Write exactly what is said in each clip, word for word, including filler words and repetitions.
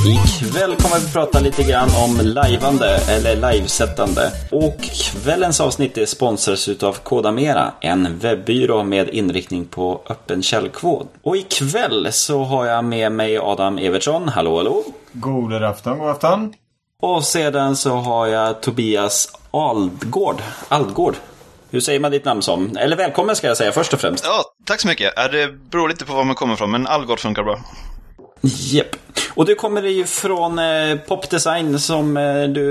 Ikväll kommer vi prata lite grann om liveande eller livesättande. Och kvällens avsnitt är sponsras utav Kodamera, en webbyrå med inriktning på öppen källkod. Och ikväll så har jag med mig Adam Evertsson. Hallå, hallå. God afton, god afton. Och sedan så har jag Tobias Aldgård. Aldgård. Hur säger man ditt namn som? Eller välkommen ska jag säga först och främst. Ja, tack så mycket. Det beror lite på var man kommer från, men Aldgård funkar bra. Japp. Och du kommer ju från eh, Popdesign som eh, du,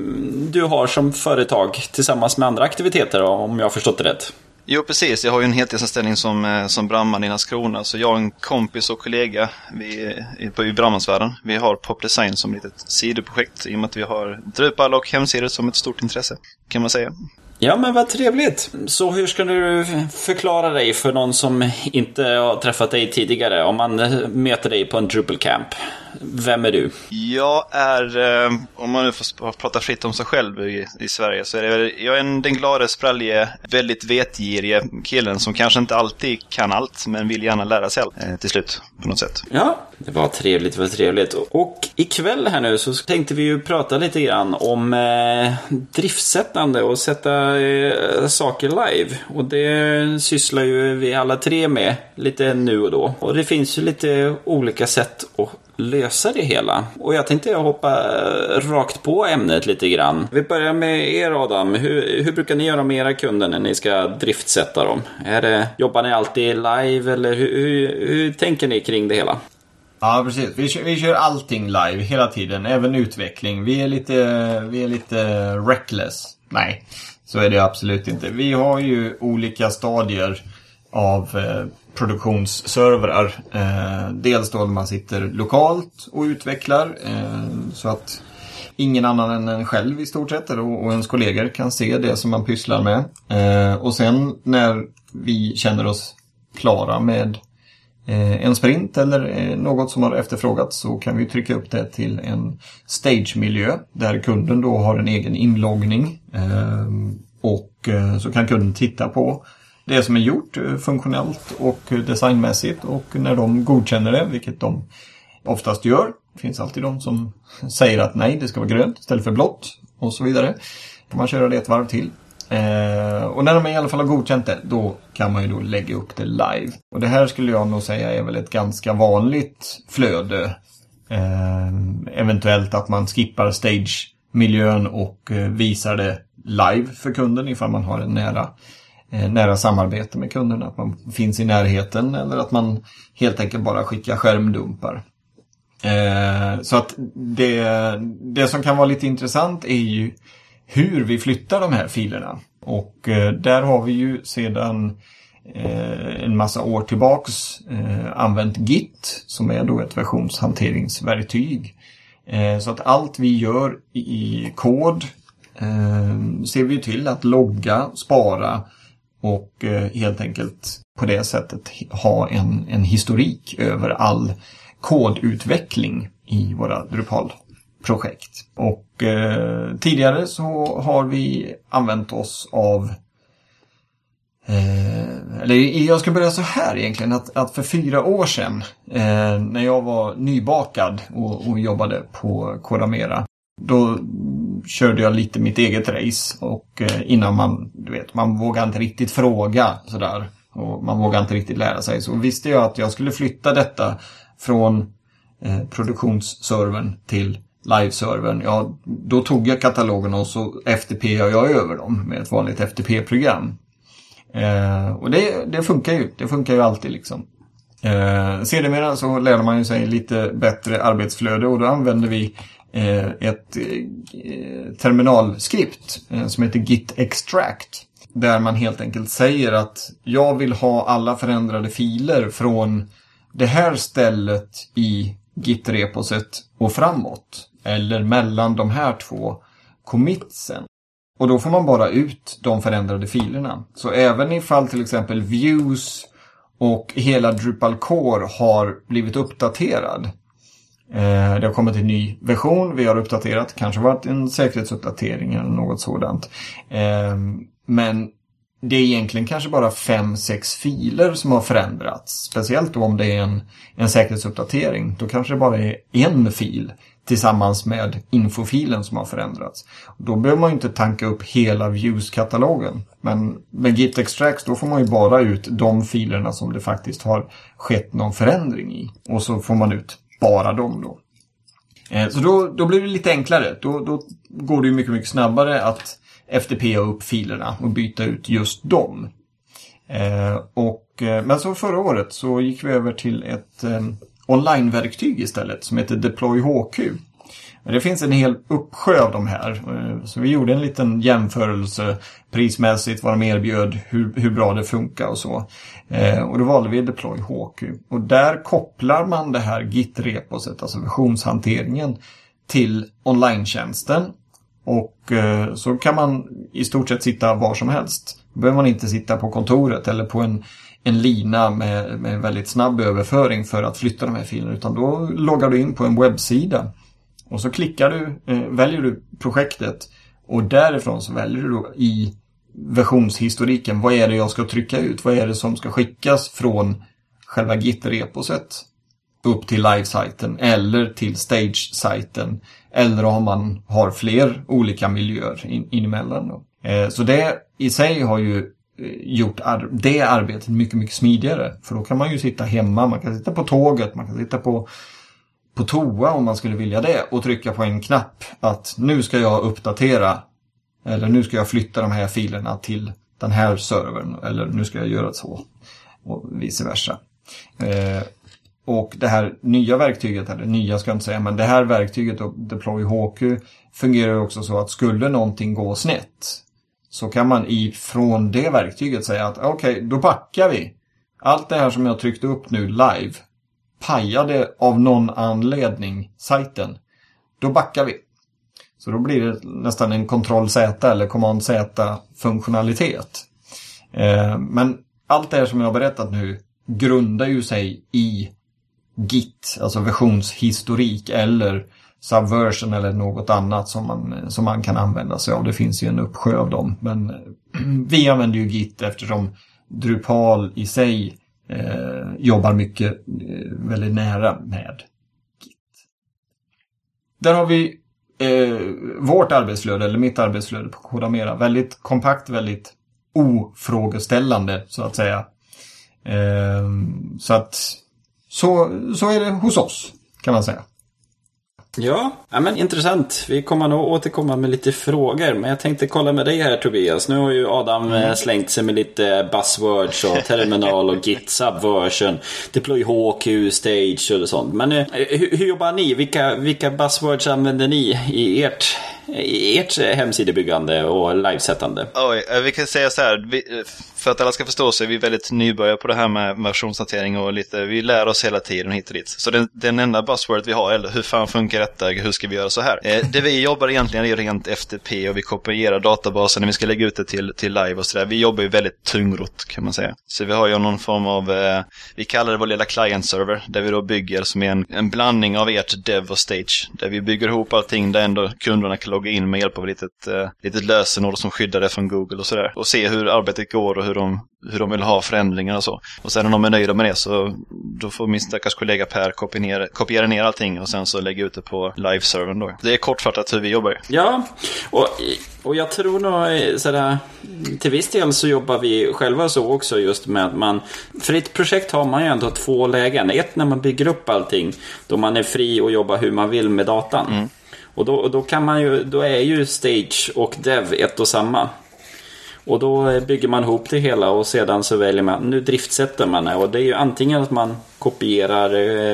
du har som företag tillsammans med andra aktiviteter, om jag har förstått det rätt. Jo, precis. Jag har ju en heltidsanställning som, som brandman i Landskrona. Så jag och en kompis och kollega vi, på, i brandmansvärlden. Vi har Popdesign som ett litet sidoprojekt i och med att vi har Drupal och hemsidor som ett stort intresse, kan man säga. Ja, men vad trevligt. Så hur ska du förklara dig för någon som inte har träffat dig tidigare? Om man möter dig på en Drupal Camp, vem är du? Jag är, eh, om man nu får prata fritt om sig själv i, i Sverige, så är det, jag är en, den glada, sprallige, väldigt vetgirige killen som kanske inte alltid kan allt, men vill gärna lära sig allt eh, till slut på något sätt. Ja, det var trevligt, det var trevligt. Och ikväll här nu så tänkte vi ju prata lite grann om eh, driftsättande och sätta eh, saker live. Och det sysslar ju vi alla tre med lite nu och då. Och det finns ju lite olika sätt att lösa det hela. Och jag tänkte hoppa rakt på ämnet lite grann. Vi börjar med er, Adam. Hur, hur brukar ni göra med era kunder när ni ska driftsätta dem? Är det, jobbar ni alltid live eller hur, hur, hur tänker ni kring det hela? Ja, precis. Vi kör, vi kör allting live hela tiden, även utveckling. Vi är lite, vi är lite reckless. Nej, så är det absolut inte. Vi har ju olika stadier av eh, produktionsservrar. Eh, dels då man sitter lokalt och utvecklar eh, så att ingen annan än en själv i stort sett och, och ens kollegor kan se det som man pysslar med. Eh, och sen när vi känner oss klara med eh, en sprint eller eh, något som har efterfrågats, så kan vi trycka upp det till en stage-miljö där kunden då har en egen inloggning eh, och eh, så kan kunden titta på det som är gjort funktionellt och designmässigt, och när de godkänner det, vilket de oftast gör, det finns alltid de som säger att nej, det ska vara grönt istället för blått och så vidare, kan man köra det ett varv till. Eh, och när de i alla fall har godkänt det, då kan man ju då lägga upp det live. Och det här skulle jag nog säga är väl ett ganska vanligt flöde. Eh, eventuellt att man skippar stage-miljön och eh, visar det live för kunden ifall man har en nära nära samarbete med kunderna, att man finns i närheten, eller att man helt enkelt bara skickar skärmdumpar. Eh, så att det, det som kan vara lite intressant är ju hur vi flyttar de här filerna. Och eh, där har vi ju sedan eh, en massa år tillbaks eh, använt Git, som är då ett versionshanteringsverktyg. Eh, så att allt vi gör i, i kod eh, ser vi till att logga, spara och eh, helt enkelt på det sättet ha en, en historik över all kodutveckling i våra Drupal-projekt. Och eh, tidigare så har vi använt oss av eh, eller jag ska börja så här egentligen, att, att för fyra år sedan eh, när jag var nybakad och, och jobbade på Kodamera, då körde jag lite mitt eget race, och eh, innan man, du vet, man vågar inte riktigt fråga sådär, och man vågar inte riktigt lära sig, så visste jag att jag skulle flytta detta från eh, produktionsservern till liveservern. Ja, då tog jag katalogerna och så F T P jag över dem med ett vanligt F T P-program. Eh, och det, det funkar ju, det funkar ju alltid liksom. Eh, sedermera så lärde man ju sig lite bättre arbetsflöde, och då använder vi ett terminalskript som heter git extract, där man helt enkelt säger att jag vill ha alla förändrade filer från det här stället i git-reposet och framåt, eller mellan de här två commitsen. Och då får man bara ut de förändrade filerna. Så även ifall till exempel views och hela Drupal core har blivit uppdaterad, det har kommit en ny version, vi har uppdaterat, kanske varit en säkerhetsuppdatering eller något sådant. Men det är egentligen kanske bara fem sex filer som har förändrats. Speciellt då om det är en, en säkerhetsuppdatering. Då kanske det bara är en fil tillsammans med infofilen som har förändrats. Då behöver man ju inte tanka upp hela views-katalogen. Men med Git Extracts då får man ju bara ut de filerna som det faktiskt har skett någon förändring i. Och så får man ut bara dem då. Eh, så då, då blir det lite enklare. Då, då går det ju mycket, mycket snabbare att F T P upp filerna och byta ut just dem. Eh, och, eh, men så förra året så gick vi över till ett eh, online-verktyg istället som heter Deploy H Q. Det finns en hel uppsjö av de här. Eh, så vi gjorde en liten jämförelse prismässigt, vad de erbjöd, hur, hur bra det funkar och så. Eh, och då valde vi Deploy H Q. Och där kopplar man det här Git-reposet, alltså versionshanteringen, till online-tjänsten. Och eh, så kan man i stort sett sitta var som helst. Då behöver man inte sitta på kontoret eller på en, en lina med, med väldigt snabb överföring för att flytta de här filerna. Utan då loggar du in på en webbsida och så klickar du, eh, väljer du projektet och därifrån så väljer du då i versionshistoriken vad är det jag ska trycka ut? Vad är det som ska skickas från själva Git-reposet upp till live-sajten eller till stage-sajten. Eller om man har fler olika miljöer in, inemellan då. Eh, så det i sig har ju gjort ar- det arbetet mycket, mycket smidigare. För då kan man ju sitta hemma, man kan sitta på tåget, man kan sitta på, på toa om man skulle vilja det. Och trycka på en knapp att nu ska jag uppdatera eller nu ska jag flytta de här filerna till den här servern. Eller nu ska jag göra så och vice versa. Eh, Och det här nya verktyget, eller nya ska jag inte säga, men det här verktyget då, Deploy H Q, fungerar också så att skulle någonting gå snett så kan man ifrån det verktyget säga att okej, okay, då backar vi. Allt det här som jag tryckte upp nu live pajade av någon anledning sajten. Då backar vi. Så då blir det nästan en Ctrl-Z eller Command-Z-funktionalitet. Eh, men allt det här som jag har berättat nu grundar ju sig i Git, alltså versionshistorik eller Subversion eller något annat som man, som man kan använda sig av. Det finns ju en uppsjö av dem. Men vi använder ju Git eftersom Drupal i sig eh, jobbar mycket eh, väldigt nära med Git. Där har vi eh, vårt arbetsflöde, eller mitt arbetsflöde på Kodamera. Väldigt kompakt, väldigt ofrågeställande så att säga. Eh, så att så, så är det hos oss, kan man säga. Ja, ja men intressant. Vi kommer nog återkomma med lite frågor. Men jag tänkte kolla med dig här, Tobias. Nu har ju Adam mm. slängt sig med lite buzzwords och terminal och Git Subversion, Deploy H Q, Stage och sånt. Men hur, hur jobbar ni? Vilka, vilka buzzwords använder ni i ert, i ert hemsidebyggande och livesättande? Oj, vi kan säga så här. Vi, för att alla ska förstå så är vi väldigt nybörjare på det här med versionshantering och lite, vi lär oss hela tiden hit och dit. Så den, den enda buzzword vi har, eller hur fan funkar detta, hur ska vi göra så här? Eh, det vi jobbar egentligen är rent F T P och vi kopierar databasen när vi ska lägga ut det till, till live och sådär. Vi jobbar ju väldigt tungrot kan man säga. Så vi har ju någon form av, eh, vi kallar det vår lilla client-server, där vi då bygger som är en, en blandning av ert dev och stage. Där vi bygger ihop allting där ändå kunderna kan logga in med hjälp av ett litet, eh, litet lösenord som skyddar det från Google och sådär. Och se hur arbetet går och hur de, hur de vill ha förändringar och så. Och sen när de är nöjda med det så då får min stackars kollega Per kopiera, kopiera ner allting och sen så lägga ut det på live-servern då. Det är kortfattat hur vi jobbar. Ja, och, och jag tror nog sådär, till viss del så jobbar vi själva så också just med att man, för ett projekt har man ju ändå två lägen. Ett när man bygger upp allting, då man är fri och jobbar hur man vill med datan. Mm. Och då, då kan man ju, då är ju stage och dev ett och samma. Och då bygger man ihop det hela och sedan så väljer man, nu driftsätter man det. Och det är ju antingen att man kopierar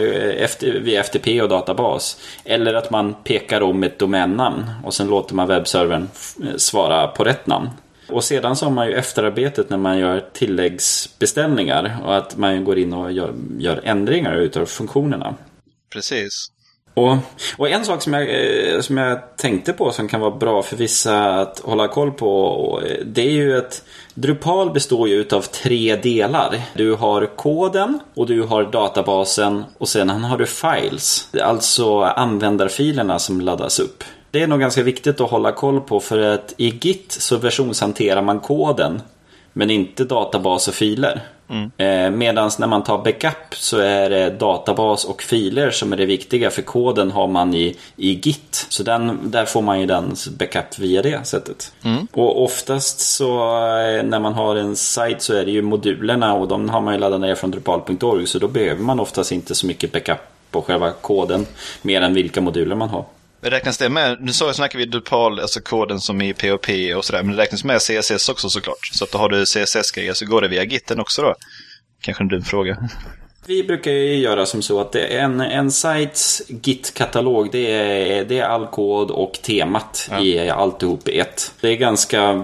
efter, via F T P och databas. Eller att man pekar om ett domännamn och sen låter man webbservern svara på rätt namn. Och sedan så har man ju efterarbetet när man gör tilläggsbeställningar och att man går in och gör, gör ändringar utav funktionerna. Precis. Och, och en sak som jag, som jag tänkte på som kan vara bra för vissa att hålla koll på, det är ju att Drupal består ju utav tre delar. Du har koden och du har databasen och sen har du files, alltså användarfilerna som laddas upp. Det är nog ganska viktigt att hålla koll på för att i Git så versionshanterar man koden. men inte databas och filer. Mm. Eh, Medan när man tar backup så är det databas och filer som är det viktiga, för koden har man i, i Git. Så den, där får man ju den backup via det sättet. Mm. Och oftast så eh, när man har en sajt så är det ju modulerna, och de har man ju laddat ner från drupal punkt org, så då behöver man oftast inte så mycket backup på själva koden mer än vilka moduler man har. Räknas det med, nu så snackar vi Drupal, alltså koden som i P H P och sådär, men det räknas med C S S också såklart. Så att då har du C S S-grejer så går det via Gitten också då. Kanske en dum fråga. Vi brukar ju göra som så att en, en sajts Git-katalog, det är, det är all kod och temat ja. i alltihop i ett. Det är ganska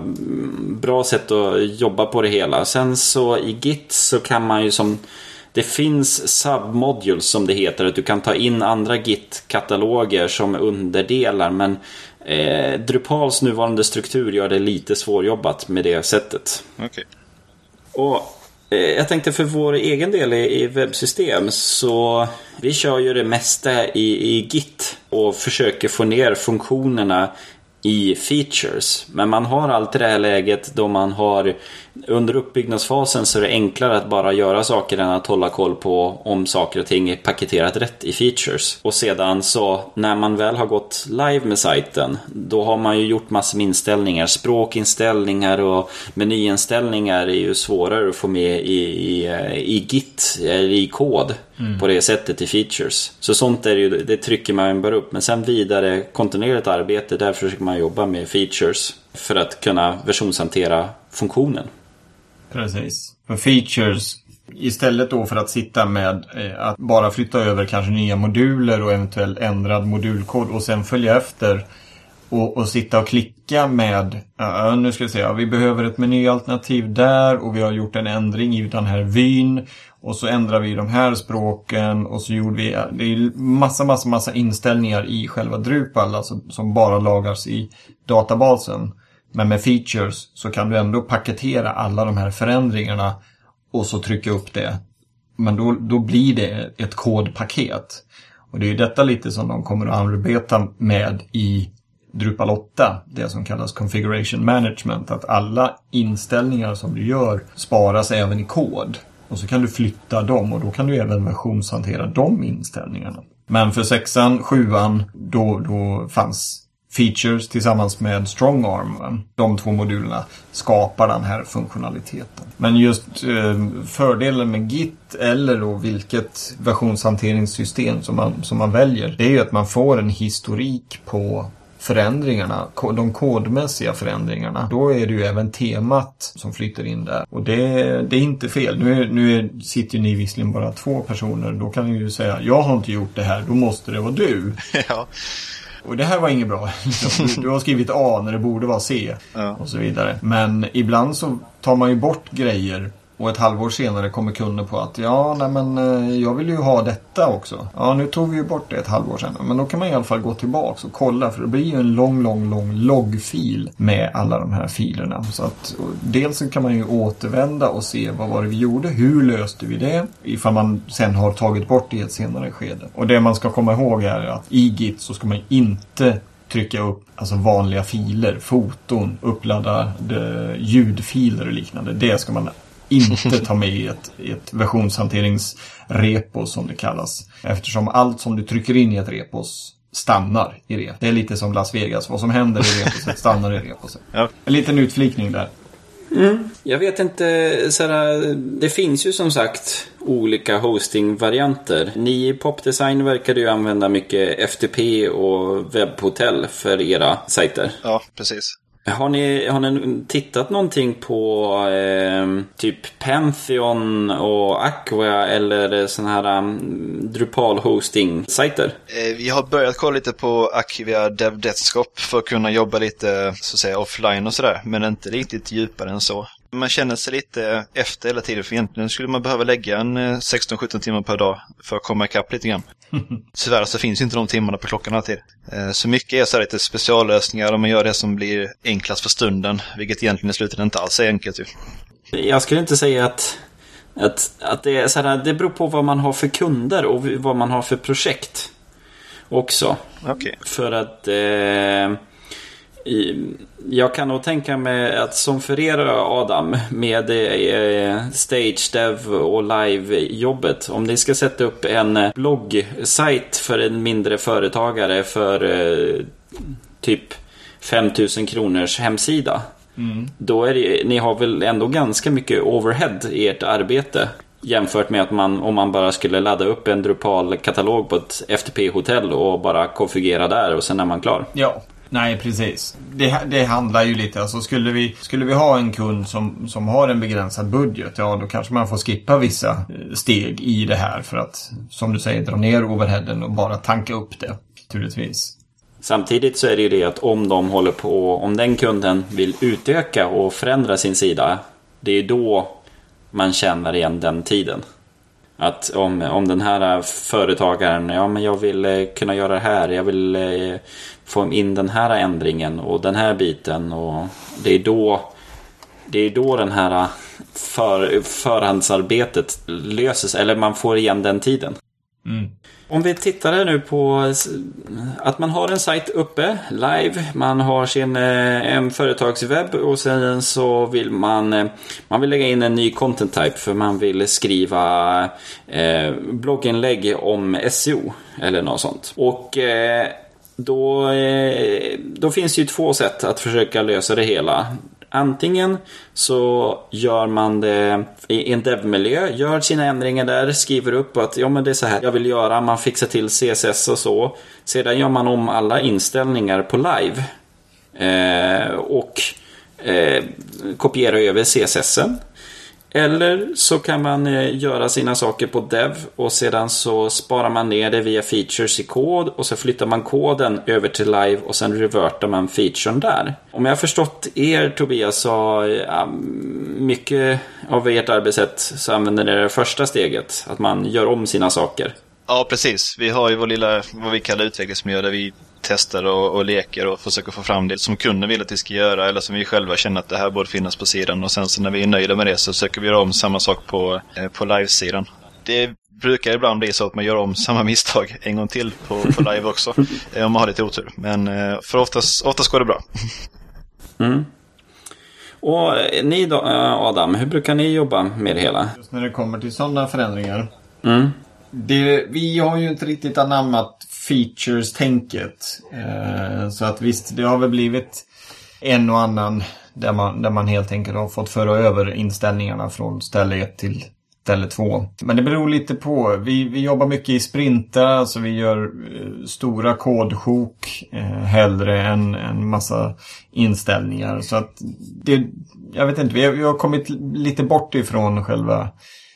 bra sätt att jobba på det hela. Sen så i Git så kan man ju som... Det finns submodules som det heter, att du kan ta in andra Git-kataloger som underdelar, men eh, Drupals nuvarande struktur gör det lite svårjobbat med det sättet. Okay. Och eh, jag tänkte för vår egen del i, i webbsystem, så vi kör ju det mesta i, i Git och försöker få ner funktionerna i features. Men man har alltid det här läget då man har under uppbyggnadsfasen, så är det enklare att bara göra saker än att hålla koll på om saker och ting är paketerat rätt i features. Och sedan så när man väl har gått live med sajten, då har man ju gjort massor med inställningar, språkinställningar och menyinställningar är ju svårare att få med i, i, i Git eller i kod mm. på det sättet i features. Så sånt är ju, det trycker man bara upp, men sen vidare kontinuerligt arbete, där försöker man jobba med features för att kunna versionshantera funktionen. Precis. För features, istället då för att sitta med eh, att bara flytta över kanske nya moduler och eventuellt ändrad modulkod och sen följa efter och, och sitta och klicka med, uh, nu ska jag säga, vi behöver ett menyalternativ där och vi har gjort en ändring i den här vyn och så ändrar vi de här språken och så gjorde vi, det är massa, massa, massa inställningar i själva Drupal, alltså, som bara lagras i databasen. Men med features så kan du ändå paketera alla de här förändringarna och så trycka upp det. Men då, då blir det ett kodpaket. Och det är ju detta lite som de kommer att arbeta med i Drupal åtta. Det som kallas Configuration Management. Att alla inställningar som du gör sparas även i kod. Och så kan du flytta dem och då kan du även versionshantera de inställningarna. Men för sexan, sjuan, då, då fanns features tillsammans med Strongarm. De två modulerna skapar den här funktionaliteten. Men just eh, fördelen med Git eller då vilket versionshanteringssystem som man, som man väljer, det är ju att man får en historik på förändringarna, de kodmässiga förändringarna. Då är det ju även temat som flyttar in där. Och det, det är inte fel. Nu, är, nu är, sitter ju ni visserligen bara två personer. Då kan ni ju säga, jag har inte gjort det här, då måste det vara du. Ja. Och det här var inget bra. Du, du har skrivit A när det borde vara C. Ja. Och så vidare. Men ibland så tar man ju bort grejer. Och ett halvår senare kommer kunden på att ja, nej men jag vill ju ha detta också. Ja, nu tog vi ju bort det ett halvår sedan. Men då kan man i alla fall gå tillbaka och kolla. För det blir ju en lång, lång, lång loggfil med alla de här filerna. Så att dels så kan man ju återvända och se vad var det vi gjorde. Hur löste vi det? Ifall man sen har tagit bort det i ett senare skede. Och det man ska komma ihåg är att i Git så ska man inte trycka upp alltså vanliga filer, foton, uppladdade ljudfiler och liknande. Det ska man inte ta med i ett, i ett versionshanteringsrepo som det kallas. Eftersom allt som du trycker in i ett repos stannar i det. Det är lite som Las Vegas. Vad som händer i reposet stannar i reposet. Ja. En liten utflikning där. Mm. Jag vet inte, såhär, det finns ju som sagt olika hosting-varianter. Ni i Popdesign verkar ju använda mycket F T P och webbhotell för era sajter. Ja, precis. Har ni, har ni tittat någonting på eh, typ Pantheon och Aqua eller sån här um, Drupal hosting-sajter? Eh, vi har börjat kolla lite på Aqua Dev Desktop för att kunna jobba lite så att säga offline och sådär, men inte riktigt djupare än så. Man känner sig lite efter hela tiden, för egentligen skulle man behöva lägga en sexton sjutton timmar per dag för att komma ikapp lite grann. Tyvärr så finns inte de timmarna på klockan alltid. Så mycket är så här lite speciallösningar och man gör det som blir enklast för stunden, vilket egentligen i slutet inte alls är enkelt ju. Jag skulle inte säga att, att, att det är så här, det beror på vad man har för kunder och vad man har för projekt också. Okay. För att eh, Jag kan nog tänka mig att som för er Adam med eh, stage dev och live-jobbet, om ni ska sätta upp en bloggsajt för en mindre företagare för eh, typ fem tusen kronors hemsida, mm. då är det, ni har väl ändå ganska mycket overhead i ert arbete jämfört med att man, om man bara skulle ladda upp en Drupal-katalog på ett F T P-hotell och bara konfigurera där och sen är man klar. Ja. Nej, precis. Det, det handlar ju lite, alltså skulle vi, skulle vi ha en kund som, som har en begränsad budget, ja då kanske man får skippa vissa steg i det här för att, som du säger, dra ner overheaden och bara tanka upp det, naturligtvis. Samtidigt så är det ju det att om de håller på, om den kunden vill utöka och förändra sin sida, det är då man känner igen den tiden. Att om, om den här företagaren, ja men jag vill eh, kunna göra det här, jag vill eh, få in den här ändringen och den här biten, och det är då det är då den här för, förhandsarbetet löses, eller man får igen den tiden. Mm. Om vi tittar här nu på att man har en sajt uppe live, man har sin en företagswebb och sen så vill man man vill lägga in en ny content type för man vill skriva eh, blogginlägg om S E O eller något sånt. Och eh, då eh, då finns det ju två sätt att försöka lösa det hela. Antingen så gör man det i en dev-miljö, gör sina ändringar där, skriver upp att ja men det är så här jag vill göra, man fixar till C S S och så. Sedan gör man om alla inställningar på live eh, och eh, kopierar över C S S-en. Eller så kan man eh, göra sina saker på dev och sedan så sparar man ner det via features i kod och så flyttar man koden över till live och sen revertar man featuren där. Om jag har förstått er Tobias så ja, mycket av ert arbetssätt så använder det, det första steget, att man gör om sina saker. Ja, precis. Vi har ju vår lilla, vad vi kallar utvecklingsmiljö där vi testar och, och leker och försöker få fram det som kunden vill att vi ska göra eller som vi själva känner att det här borde finnas på sidan, och sen så när vi är nöjda med det så försöker vi göra om samma sak på, eh, på live-sidan. Det brukar ibland bli så att man gör om samma misstag en gång till på, på live också om man har lite otur, men eh, för oftast, oftast går det bra. Mm. Och ni då, Adam, hur brukar ni jobba med det hela? Just när det kommer till sådana förändringar. Mm. Det, vi har ju inte riktigt anammat features-tänket. Eh, så att visst, det har väl blivit en och annan där man, där man helt enkelt har fått föra över inställningarna från ställe ett till ställe två. Men det beror lite på. Vi, vi jobbar mycket i sprintar, alltså vi gör eh, stora kodsjok eh, hellre än en massa inställningar. Så att det, jag vet inte, vi har, vi har kommit lite bort ifrån själva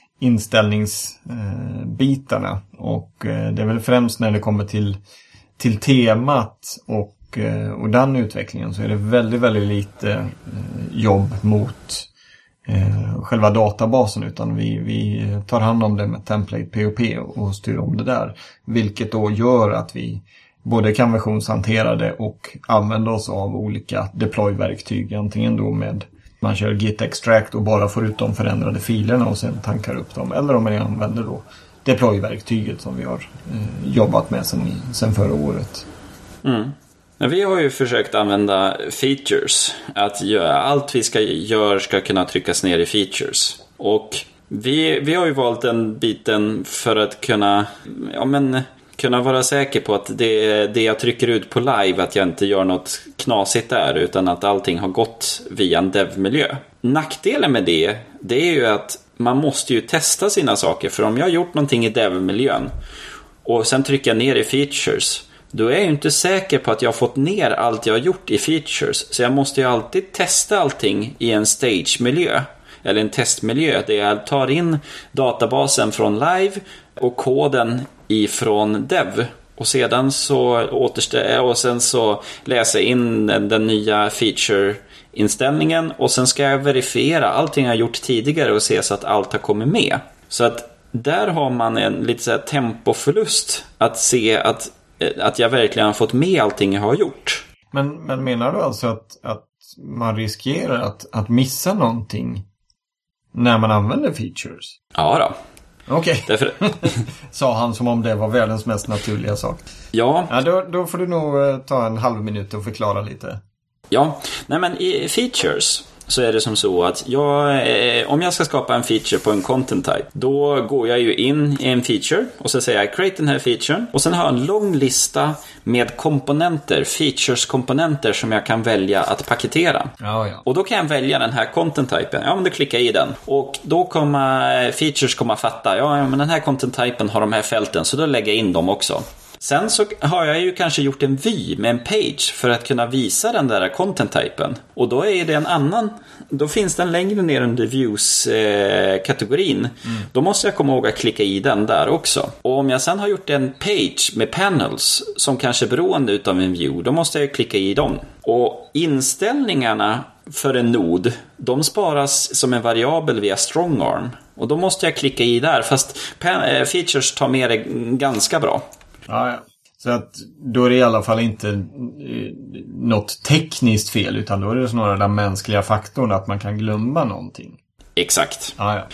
inställningsbitarna eh, och eh, det är väl främst när det kommer till, till temat och, eh, och den utvecklingen så är det väldigt, väldigt lite eh, jobb mot eh, själva databasen, utan vi, vi tar hand om det med template P O P och styr om det där, vilket då gör att vi både kan versionshantera det och använda oss av olika deploy-verktyg, antingen då med man kör git extract och bara får ut de förändrade filerna och sen tankar upp dem. Eller om man använder då deploy-verktyget som vi har eh, jobbat med sen, sen förra året. Mm. Men vi har ju försökt använda features. Att göra, allt vi ska göra ska kunna tryckas ner i features. Och vi, vi har ju valt den biten för att kunna... Ja, men... kunna vara säker på att det, det jag trycker ut på live, att jag inte gör något knasigt där, utan att allting har gått via en dev-miljö. Nackdelen med det, det är ju att man måste ju testa sina saker. För om jag har gjort någonting i dev-miljön och sen trycker jag ner i features, då är jag ju inte säker på att jag har fått ner allt jag har gjort i features. Så jag måste ju alltid testa allting i en stage-miljö eller en testmiljö där jag tar in databasen från live och koden ifrån dev, och sedan så återställer och sen så läser jag in den, den nya feature-inställningen och sen ska jag verifiera allting jag har gjort tidigare och se så att allt har kommit med. Så att där har man en lite så här tempoförlust att se att, att jag verkligen har fått med allting jag har gjort. Men, men menar du alltså att, att man riskerar att, att missa någonting när man använder features? Ja då. Okej, okay. Därför... sa han som om det var världens mest naturliga sak. Ja. Ja, då, då får du nog ta en halv minut och förklara lite. Ja, nej men i features så är det som så att jag, eh, om jag ska skapa en feature på en content type, då går jag ju in i en feature och så säger jag create den här featuren och sen har jag en lång lista med komponenter, features-komponenter som jag kan välja att paketera. Ja, ja. Och då kan jag välja den här content typen. Ja, men då klickar jag i den. Och då kommer features komma fatta, ja men den här content typen har de här fälten, så då lägger jag in dem också. Sen så har jag ju kanske gjort en vy med en page för att kunna visa den där content-typen. Och då är det en annan, då finns den längre ner under views-kategorin. Eh, mm. Då måste jag komma ihåg att klicka i den där också. Och om jag sen har gjort en page med panels som kanske är beroende utav en view, då måste jag klicka i dem. Och inställningarna för en nod, de sparas som en variabel via strongarm. Och då måste jag klicka i där, fast pan- eh, features tar med det ganska bra. Ja, ja. Så att då är det i alla fall inte eh, något tekniskt fel, utan då är det snarare den mänskliga faktorn att man kan glömma någonting. Exakt. Ja, ja.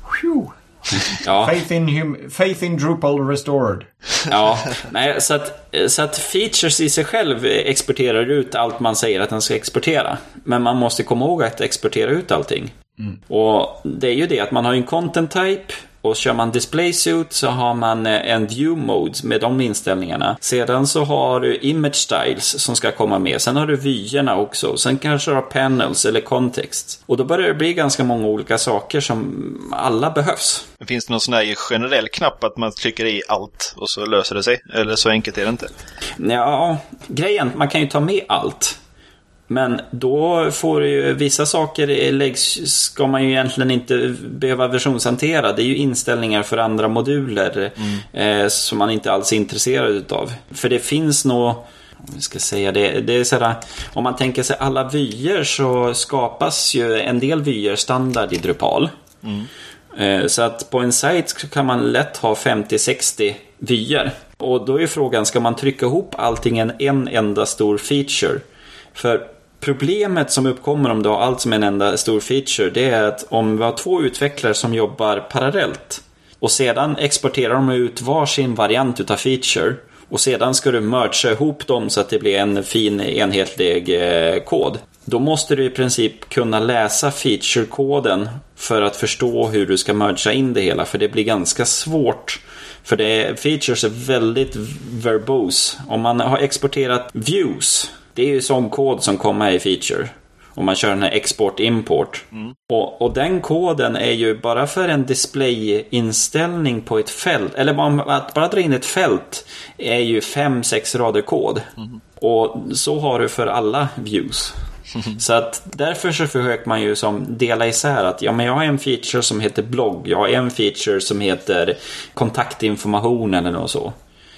Ja. Faith in hum- faith in Drupal restored. Ja, nej, så att, så att features i sig själv exporterar ut allt man säger att den ska exportera. Men man måste komma ihåg att exportera ut allting. Mm. Och det är ju det att man har en content type. Och kör man display suit så har man en view mode med de inställningarna. Sedan så har du image styles som ska komma med. Sen har du vyerna också. Sen kanske du har panels eller context. Och då börjar det bli ganska många olika saker som alla behövs. Finns det någon sån här generell knapp att man trycker i allt och så löser det sig? Eller så enkelt är det inte? Ja, grejen, man kan ju ta med allt. Men då får ju vissa saker läggs, ska man ju egentligen inte behöva versionshantera. Det är ju inställningar för andra moduler mm. eh, som man inte alls är intresserad utav. För det finns nog, jag ska säga det, det är sådär, om man tänker sig alla vyer så skapas ju en del vyer standard i Drupal. Mm. Eh, så att på en sajt så kan man lätt ha femtio sextio vyer. Och då är frågan, ska man trycka ihop allting i en, en enda stor feature? För problemet som uppkommer om du har allt som en enda stor feature, det är att om vi har två utvecklare som jobbar parallellt och sedan exporterar de ut varsin variant utav feature och sedan ska du mergea ihop dem så att det blir en fin enhetlig eh, kod. Då måste du i princip kunna läsa feature-koden för att förstå hur du ska mergea in det hela, för det blir ganska svårt. För det, features är väldigt verbose. Om man har exporterat views, det är ju sån kod som kommer i feature. Om man kör den här export-import. Mm. Och, och den koden är ju bara för en display-inställning på ett fält. Eller att bara dra in ett fält är ju fem sex rader kod. Mm. Och så har du för alla views. Mm. Så att därför så försöker man ju som dela isär att ja, men jag har en feature som heter blogg. Jag har en feature som heter kontaktinformation eller något så.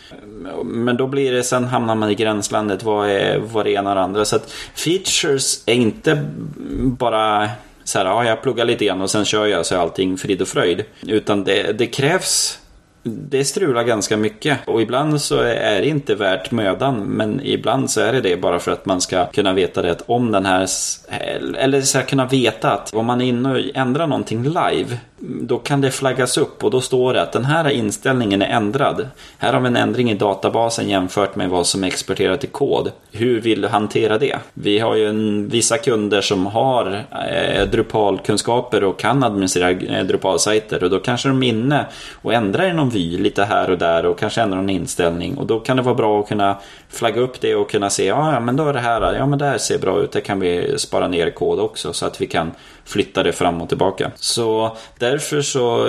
Men då blir det, sen hamnar man i gränslandet vad är vad det ena och det andra. Så att features är inte bara så här, ja, jag pluggar lite grann och sen kör jag så är allting frid och fröjd. Utan det, det krävs, det strular ganska mycket. Och ibland så är det inte värt mödan, men ibland så är det det bara för att man ska kunna veta det, att om den här, eller så kunna veta att om man är inne och ändrar någonting live, då kan det flaggas upp och då står det att den här inställningen är ändrad. Här har vi en ändring i databasen jämfört med vad som är exporterat i kod. Hur vill du hantera det? Vi har ju en, vissa kunder som har eh, Drupal-kunskaper och kan administrera eh, Drupal-sajter, och då kanske de är inne och ändrar i någon vy lite här och där och kanske ändrar en inställning, och då kan det vara bra att kunna flagga upp det och kunna se, ja, ja men då är det här, ja men det här ser bra ut, det kan vi spara ner kod också så att vi kan flytta det fram och tillbaka. Så därför så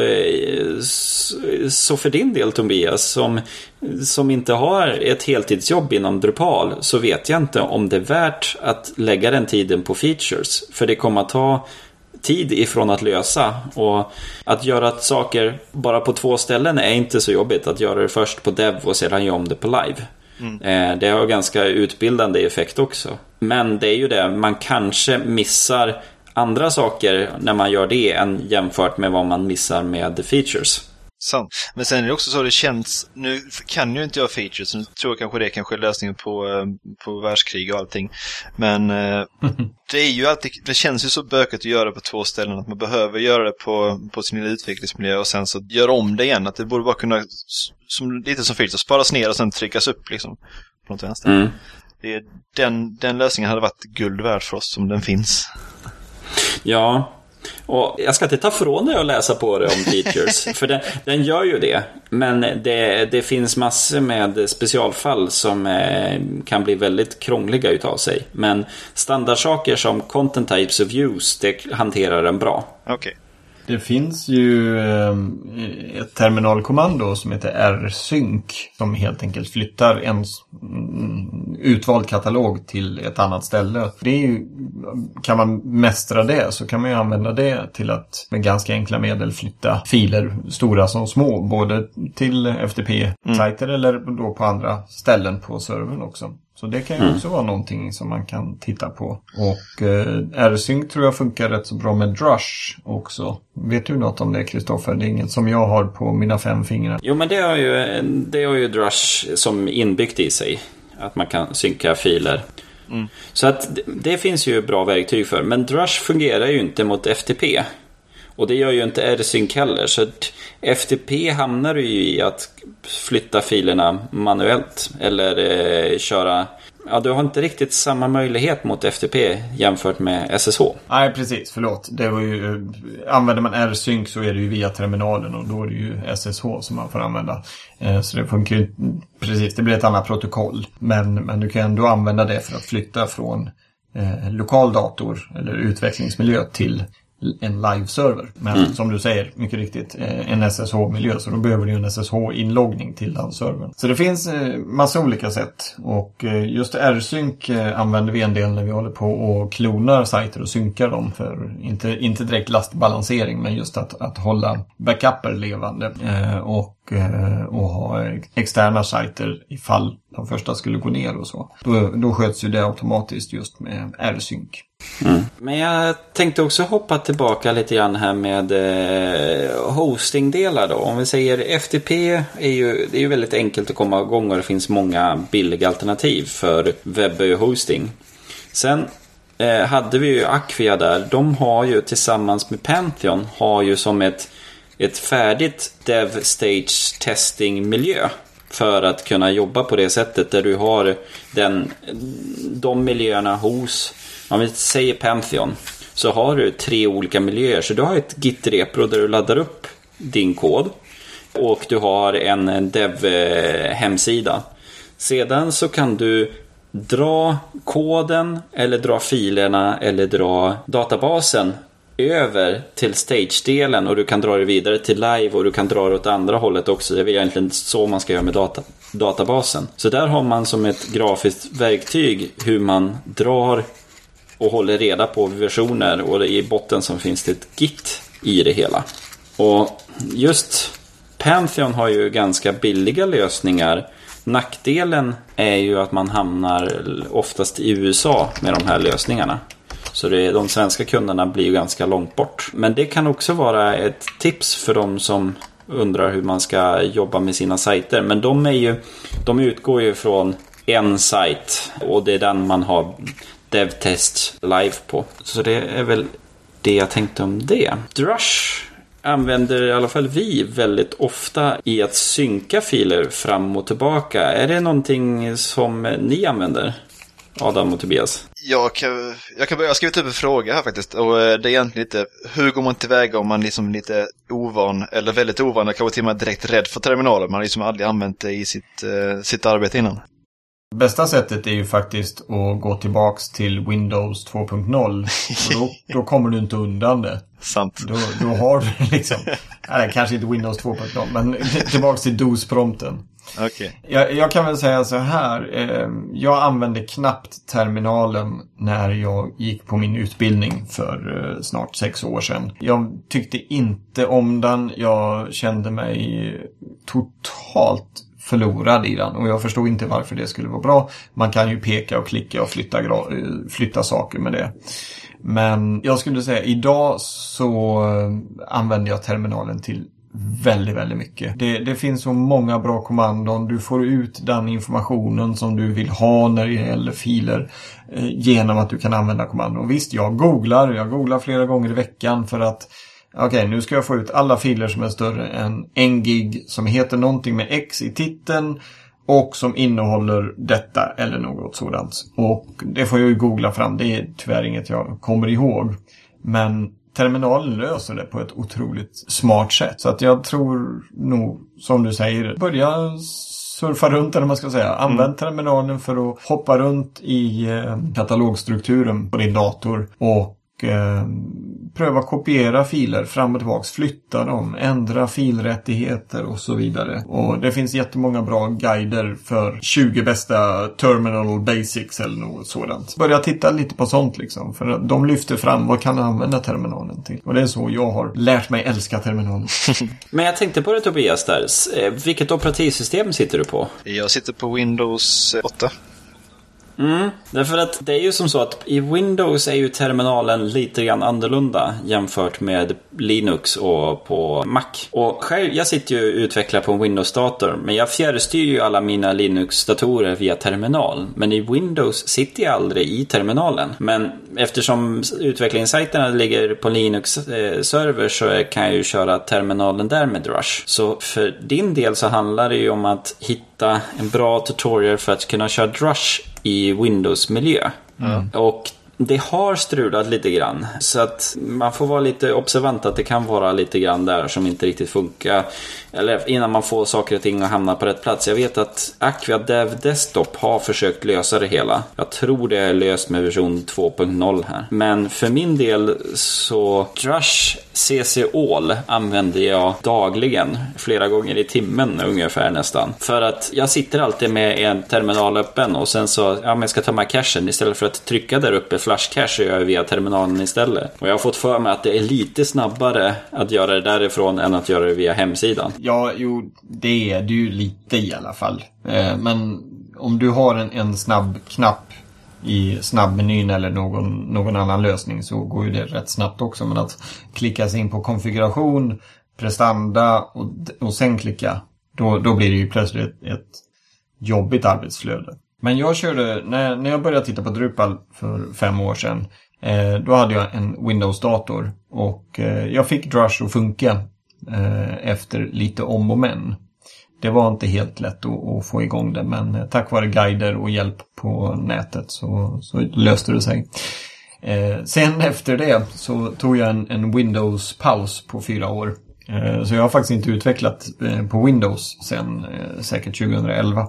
så för din del, Tobias, som, som inte har ett heltidsjobb inom Drupal, så vet jag inte om det är värt att lägga den tiden på features, för det kommer att ta tid ifrån att lösa, och att göra saker bara på två ställen är inte så jobbigt. Att göra det först på dev och sedan göra om det på live. Mm. Det har ganska utbildande effekt också. Men det är ju det, man kanske missar andra saker när man gör det än jämfört med vad man missar med features. Sant. Men sen är det också så det känns, nu kan ju inte jag features, nu tror jag kanske det är kanske lösningen på, på världskrig och allting. Men eh, det är ju alltid, det känns ju så bökigt att göra det på två ställen, att man behöver göra det på, på sin utvecklingsmiljö och sen så göra om det igen. Att det borde bara kunna, som, lite som features, sparas ner och sen tryckas upp liksom på något vänster. Mm. Det är, den, den lösningen hade varit guld värd för oss om den finns. Ja, och jag ska inte ta från dig att läsa på det om features, för den, den gör ju det. Men det, det finns massor med specialfall som eh, kan bli väldigt krångliga utav sig. Men standardsaker som content types of use, det hanterar den bra. Okej. Okay. Det finns ju ett terminalkommando som heter rsync som helt enkelt flyttar en utvald katalog till ett annat ställe. Det är ju, kan man mästra det så kan man ju använda det till att med ganska enkla medel flytta filer, stora som små, både till F T P-sajter mm. eller då på andra ställen på servern också. Så det kan ju mm. också vara någonting som man kan titta på. Och eh, rsync tror jag funkar rätt så bra med Drush också. Vet du något om det, Kristoffer? Det är inget som jag har på mina fem fingrar. Jo, men det har ju, det har ju Drush som inbyggt i sig. Att man kan synka filer. Mm. Så att det, det finns ju bra verktyg för. Men Drush fungerar ju inte mot F T P. Och det gör ju inte rsync heller. Så F T P hamnar ju i att flytta filerna manuellt. Eller eh, köra... Ja, du har inte riktigt samma möjlighet mot F T P jämfört med S S H. Nej, precis. Förlåt. Det var ju, använder man rsync så är det ju via terminalen och då är det ju S S H som man får använda. Eh, så det funkar ju precis. Det blir ett annat protokoll. Men, men du kan ändå använda det för att flytta från eh, lokal dator eller utvecklingsmiljö till en live-server. Men mm. som du säger, mycket riktigt, en S S H-miljö. Så då behöver du en S S H-inloggning till den servern. Så det finns massa olika sätt. Och just rsync använder vi en del när vi håller på och klonar sajter och synkar dem. För inte, inte direkt lastbalansering, men just att, att hålla backuper levande. Och och ha externa sajter ifall de första skulle gå ner och så. Då, då sköts ju det automatiskt just med rsync. Mm. Men jag tänkte också hoppa tillbaka lite grann här med eh, hostingdelar då. Om vi säger F T P är ju, det är ju väldigt enkelt att komma igång och det finns många billiga alternativ för webbhosting. Sen eh, hade vi ju Acquia där. De har ju tillsammans med Pantheon har ju som ett ett färdigt dev stage testing miljö för att kunna jobba på det sättet där du har den, de miljöerna hos, om vi säger Pantheon, så har du tre olika miljöer. Så du har ett Git-repro där du laddar upp din kod och du har en dev-hemsida. Sedan så kan du dra koden eller dra filerna eller dra databasen över till stage-delen och du kan dra det vidare till live och du kan dra det åt andra hållet också. Det är egentligen så man ska göra med data, databasen. Så där har man som ett grafiskt verktyg hur man drar och håller reda på versioner och i botten som finns det ett Git i det hela. Och just Pantheon har ju ganska billiga lösningar. Nackdelen är ju att man hamnar oftast i U S A med de här lösningarna. Så det, de svenska kunderna blir ju ganska långt bort. Men det kan också vara ett tips för de som undrar hur man ska jobba med sina sajter. Men de, är ju, de utgår ju från en sajt och det är den man har DevTest live på. Så det är väl det jag tänkte om det. Drush använder i alla fall vi väldigt ofta i att synka filer fram och tillbaka. Är det någonting som ni använder? Adam och Tobias. Jag kan, jag kan börja skriva upp en fråga här faktiskt. Och det är egentligen lite, hur går man tillväga om man liksom lite ovan, eller väldigt ovan, eller kanske till och med direkt rädd för terminaler. Man har liksom aldrig använt det i sitt, uh, sitt arbete innan. Bästa sättet är ju faktiskt att gå tillbaks till Windows två punkt noll. Då, då kommer du inte undan det. Sant. Då, då har du liksom, nej, kanske inte Windows två punkt noll, men tillbaks till D O S-prompten. Okay. Jag, jag kan väl säga så här. Eh, jag använde knappt terminalen när jag gick på min utbildning för eh, snart sex år sedan. Jag tyckte inte om den. Jag kände mig totalt förlorad i den. Och jag förstod inte varför det skulle vara bra. Man kan ju peka och klicka och flytta, gra- flytta saker med det. Men jag skulle säga idag så använder jag terminalen till väldigt, väldigt mycket. Det, det finns så många bra kommandon. Du får ut den informationen som du vill ha när det gäller filer eh, genom att du kan använda kommandon. Visst, jag googlar. Jag googlar flera gånger i veckan för att okej, okay, nu ska jag få ut alla filer som är större än en gig som heter någonting med X i titeln och som innehåller detta eller något sådant. Och det får jag ju googla fram, det är tyvärr inget jag kommer ihåg. Men terminalen löser det på ett otroligt smart sätt. Så att jag tror nog, som du säger, börja surfa runt, eller man ska säga. Använd mm. terminalen för att hoppa runt i eh, katalogstrukturen på din dator och eh, pröva kopiera filer fram och tillbaks, flytta dem, ändra filrättigheter och så vidare. Och det finns jättemånga bra guider för tjugo bästa terminal basics eller något sådant. Börja titta lite på sånt liksom, för att de lyfter fram vad kan du använda terminalen till. Och det är så jag har lärt mig älska terminalen. Men jag tänkte på det, Tobias där. Vilket operativsystem sitter du på? Jag sitter på Windows åtta. Mm, därför att det är ju som så att i Windows är ju terminalen lite grann annorlunda jämfört med Linux och på Mac. Och själv, jag sitter ju och utvecklar på en Windows-dator, men jag fjärrstyr ju alla mina Linux-datorer via terminal. Men i Windows sitter jag aldrig i terminalen. Men eftersom utvecklingssajterna ligger på Linux-server så kan jag ju köra terminalen där med Drush. Så för din del så handlar det ju om att hitta en bra tutorial för att kunna köra Drush i Windows-miljö. Mm. Och det har strulat lite grann. Så att man får vara lite observant att det kan vara lite grann där som inte riktigt funkar. Eller innan man får saker och ting att hamna på rätt plats. Jag vet att Acquia Dev Desktop har försökt lösa det hela. Jag tror det är löst med version två punkt noll här. Men för min del så Drush C C All använder jag dagligen. Flera gånger i timmen ungefär nästan. För att jag sitter alltid med en terminal öppen och sen så, ja men jag ska ta med cachen. Istället för att trycka där uppe flash cache så gör jag via terminalen istället. Och jag har fått för mig att det är lite snabbare att göra det därifrån än att göra det via hemsidan. Ja, jo, det är det ju lite i alla fall. Eh, men om du har en, en snabb knapp i snabbmenyn eller någon, någon annan lösning så går ju det rätt snabbt också. Men att klicka sig in på konfiguration, prestanda och, och sen klicka, då, då blir det ju plötsligt ett, ett jobbigt arbetsflöde. Men jag körde, när, när jag började titta på Drupal för fem år sedan, eh, då hade jag en Windows-dator och eh, jag fick Drush att funka eh, efter lite om och men. Det var inte helt lätt att, att få igång det, men eh, tack vare guider och hjälp på nätet så, så löste det sig. Eh, sen efter det så tog jag en, en Windows-paus på fyra år. Eh, så jag har faktiskt inte utvecklat eh, på Windows sen eh, säkert tjugoelva.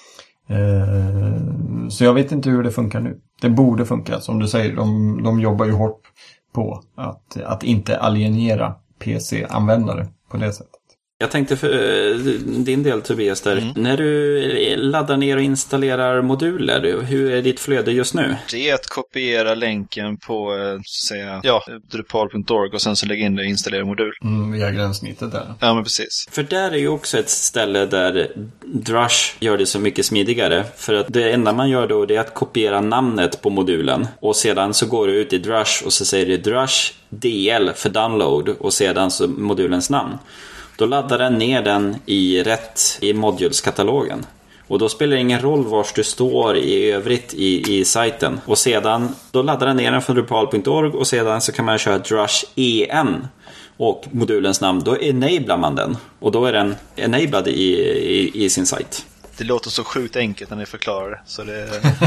Så jag vet inte hur det funkar nu. Det borde funka, som du säger. De, de jobbar ju hårt på att, att inte alienera P C-användare på det sättet. Jag tänkte för din del, Tobias, där. Mm. När du laddar ner och installerar moduler, hur är ditt flöde just nu? Det är att kopiera länken på säga, ja, drupal punkt org och sen så lägga in det och installera modul. Mm, via gränssnittet där. Ja, men precis. För där är ju också ett ställe där Drush gör det så mycket smidigare. För att det enda man gör då det är att kopiera namnet på modulen. Och sedan så går du ut i Drush och så säger det Drush D L för download och sedan så modulens namn. Då laddar den ner den i rätt i modules-katalogen. Och då spelar det ingen roll var du står i övrigt i, i sajten. Och sedan, då laddar den ner den från drupal punkt org och sedan så kan man köra Drush E N och modulens namn. Då enablar man den. Och då är den enablad i, i, i sin sajt. Det låter så sjukt enkelt när ni förklarar det. Så det...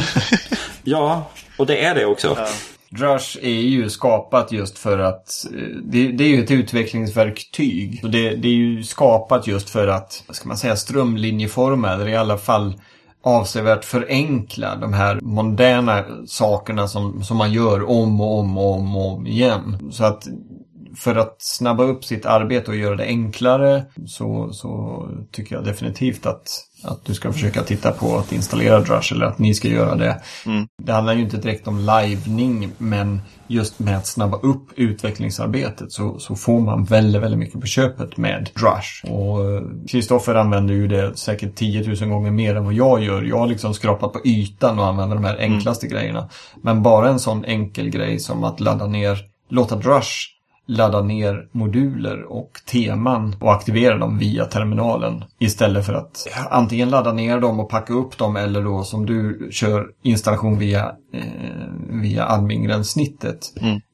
Ja, och det är det också. Ja. Drush är ju skapat just för att det, det är ju ett utvecklingsverktyg. Och det, det är ju skapat just för att, vad ska man säga, strömlinjeforma eller i alla fall avsevärt förenkla de här moderna sakerna som, som man gör om och om och om, och om igen. Så att för att snabba upp sitt arbete och göra det enklare så, så tycker jag definitivt att, att du ska försöka titta på att installera Drush eller att ni ska göra det. Mm. Det handlar ju inte direkt om livening, men just med att snabba upp utvecklingsarbetet så, så får man väldigt, väldigt mycket på köpet med Drush. Och Kristoffer använder ju det säkert tio tusen gånger mer än vad jag gör. Jag har liksom skrapat på ytan och använder de här enklaste mm. grejerna. Men bara en sån enkel grej som att ladda ner, låta Drush ladda ner moduler och teman och aktivera dem via terminalen istället för att antingen ladda ner dem och packa upp dem eller då som du kör installation via, eh, via admin-gränssnittet. Mm.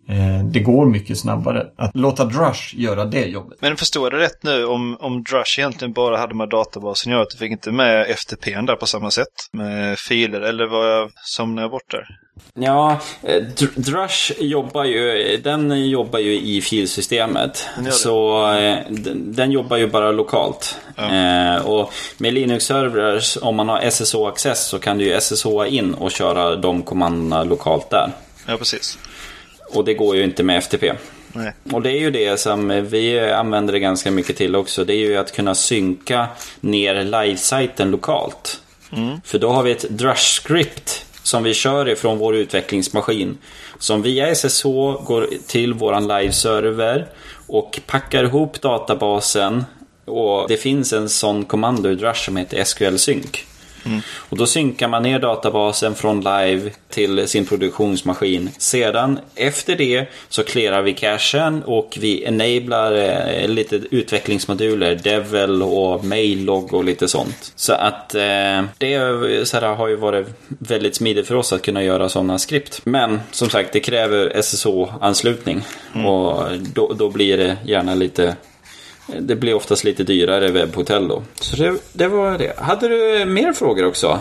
eh, det går mycket snabbare att låta Drush göra det jobbet. Men förstår jag det rätt nu om, om Drush egentligen bara hade med databasen gör att du fick inte med F T P där på samma sätt med filer, eller var jag somnade jag bort där? Ja, Dr- Drush jobbar ju, den jobbar ju i filsystemet. Så den, den jobbar ju bara lokalt. Ja. Eh, och med Linux-servers, om man har S S H-access så kan du ju S S H in och köra de kommandona lokalt där. Ja, precis. Och det går ju inte med F T P. Nej. Och det är ju det som vi använder det ganska mycket till också. Det är ju att kunna synka ner live-sajten lokalt. Mm. För då har vi ett Drush-script som vi kör ifrån vår utvecklingsmaskin, som via S S H går till våran live-server och packar ihop databasen. Och det finns en sån kommando i Drush som heter S Q L Sync. Mm. Och då synkar man ner databasen från live till sin produktionsmaskin. Sedan efter det så clearar vi cachen och vi enablar eh, lite utvecklingsmoduler, Devel och Maillog och lite sånt. Så att eh, det så här, har ju varit väldigt smidigt för oss att kunna göra sådana skript. Men som sagt, det kräver S S H-anslutning. Mm. Och då, då blir det gärna lite... Det blir oftast lite dyrare webbhotell då. Så det, det var det. Hade du mer frågor också?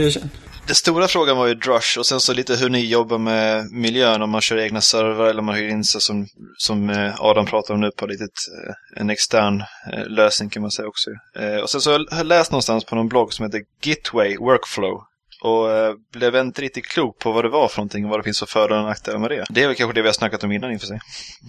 Den stora frågan var ju Drush och sen så lite hur ni jobbar med miljön, om man kör egna server eller om man hyr in sig som, som Adam pratar om nu på lite en extern lösning kan man säga också. Och sen så har jag läst någonstans på någon blogg som heter Gitway Workflow. Och eh, blev inte riktigt klok på vad det var för någonting och vad det finns för fördelar och nackdelar med det. Det är väl kanske det vi har snackat om innan inför sig.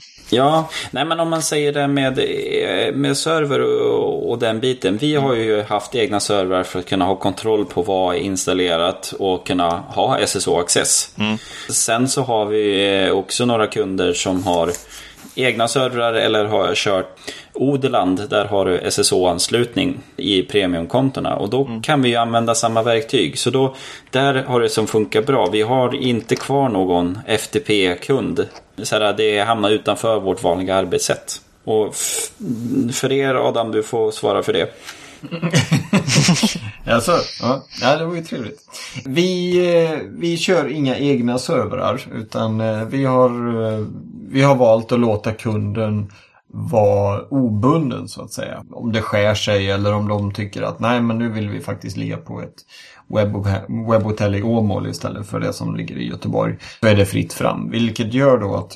Ja, nej men om man säger det med, med server och, och den biten. Vi har ju haft egna servrar för att kunna ha kontroll på vad är installerat och kunna ha S S H-access. Mm. Sen så har vi också några kunder som har egna servrar eller har kört Odeland, där har du S S H-anslutning i premiumkontona och då mm. kan vi ju använda samma verktyg. Så då, där har det som funkar bra. Vi har inte kvar någon F T P-kund. Så här, det hamnar utanför vårt vanliga arbetssätt. Och f- för er, Adam, du får svara för det. Alltså, ja, ja, det var ju trevligt. Vi, vi kör inga egna servrar, utan vi har, vi har valt att låta kunden vara obunden så att säga. Om det skär sig eller om de tycker att nej, men nu vill vi faktiskt ligga på ett webbhotell i Åmål istället för det som ligger i Göteborg, så är det fritt fram. Vilket gör då att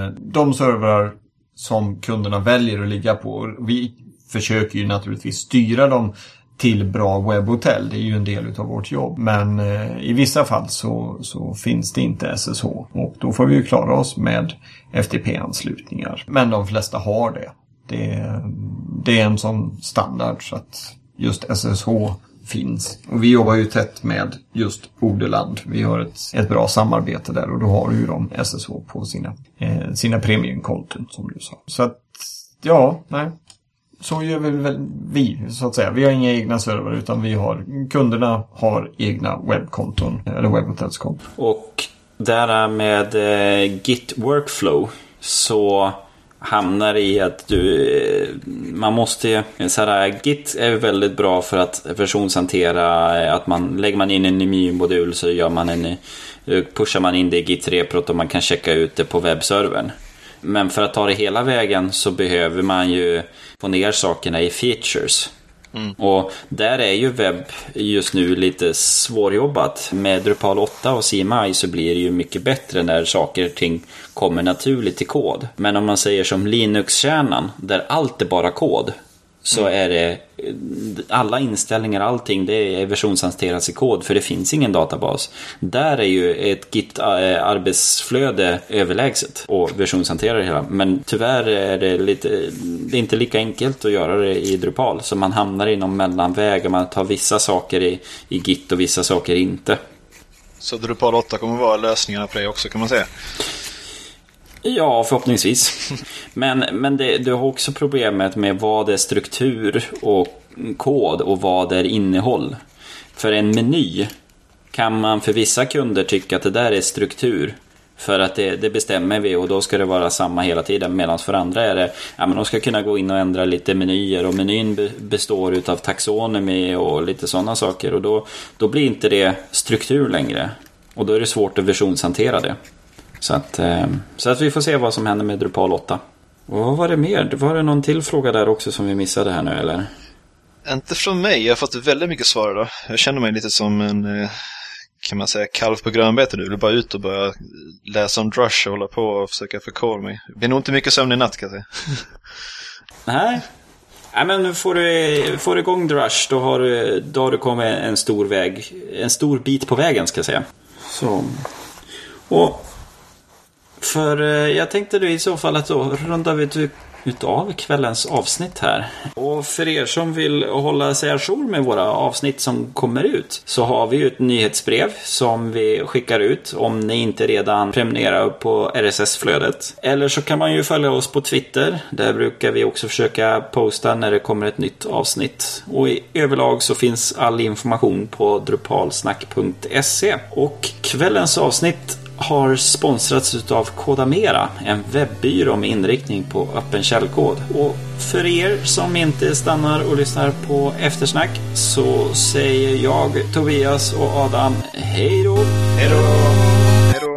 de servrar som kunderna väljer att ligga på, vi försöker ju naturligtvis styra dem till bra webbhotell. Det är ju en del av vårt jobb. Men eh, i vissa fall så, så finns det inte S S H. Och då får vi ju klara oss med F T P-anslutningar. Men de flesta har det. Det, det är en sån standard så att just S S H finns. Och vi jobbar ju tätt med just Odeland. Vi har ett, ett bra samarbete där och då har ju de S S H på sina, eh, sina premiumkonton som du sa. Så att, ja, nej. Så gör vi väl vi, så att säga. Vi har inga egna server utan vi har, kunderna har egna webbkonton eller webbhotellskonton. Och där med eh, Git Workflow så hamnar i att du, man måste, så här, Git är väldigt bra för att versionshantera, att man lägger man in en ny modul så gör man en, pushar man in det i Git-reprot och man kan checka ut det på webbservern. Men för att ta det hela vägen så behöver man ju få ner sakerna i features. Mm. Och där är ju webb just nu lite svårjobbat. Med Drupal åtta och C M I så blir det ju mycket bättre när saker och ting kommer naturligt till kod. Men om man säger som Linux-kärnan, där allt är bara kod, så mm. är det alla inställningar, allting, det är versionshanteras i kod, för det finns ingen databas. Där är ju ett Git-arbetsflöde överlägset och versionshanterar det hela. Men tyvärr är det lite, det är inte lika enkelt att göra det i Drupal, så man hamnar i någon mellanväg och man tar vissa saker i, i Git och vissa saker inte. Så Drupal åtta kommer vara lösningarna på det också, kan man säga? Ja, förhoppningsvis. Men, men det, du har också problemet med vad är struktur och kod och vad är innehåll. För en meny kan man för vissa kunder tycka att det där är struktur. För att det, det bestämmer vi och då ska det vara samma hela tiden. Medan för andra är det, ja, men de ska kunna gå in och ändra lite menyer. Och menyn består utav taxonomy och lite sådana saker. Och då, då blir inte det struktur längre. Och då är det svårt att versionshantera det. Så att, eh, så att vi får se vad som händer med Drupal åtta. Och vad var det mer? Var det någon till fråga där också som vi missade här nu, eller? Inte från mig. Jag har fått väldigt mycket svar då. Jag känner mig lite som en, kan man säga, kalv på grönbete. Du vill bara ut och börja läsa om Drush och hålla på och försöka förkovra mig. Det blir nog inte mycket sömn i natt, kan jag säga. Nej. Nej, men nu får du, får du igång Drush, då har du, då har du kommit en stor väg, en stor bit på vägen, ska jag säga. Så. Och för jag tänkte du i så fall att då rundar vi utav kvällens avsnitt här. Och för er som vill hålla sig ajour med våra avsnitt som kommer ut, så har vi ju ett nyhetsbrev som vi skickar ut om ni inte redan prenumererar på R S S-flödet. Eller så kan man ju följa oss på Twitter. Där brukar vi också försöka posta när det kommer ett nytt avsnitt. Och i överlag så finns all information på drupalsnack punkt se. Och kvällens avsnitt har sponsrats av Kodamera, en webbyrå med inriktning på öppen källkod. Och för er som inte stannar och lyssnar på eftersnack, så säger jag, Tobias och Adam, hej då! Hej då! Hej då!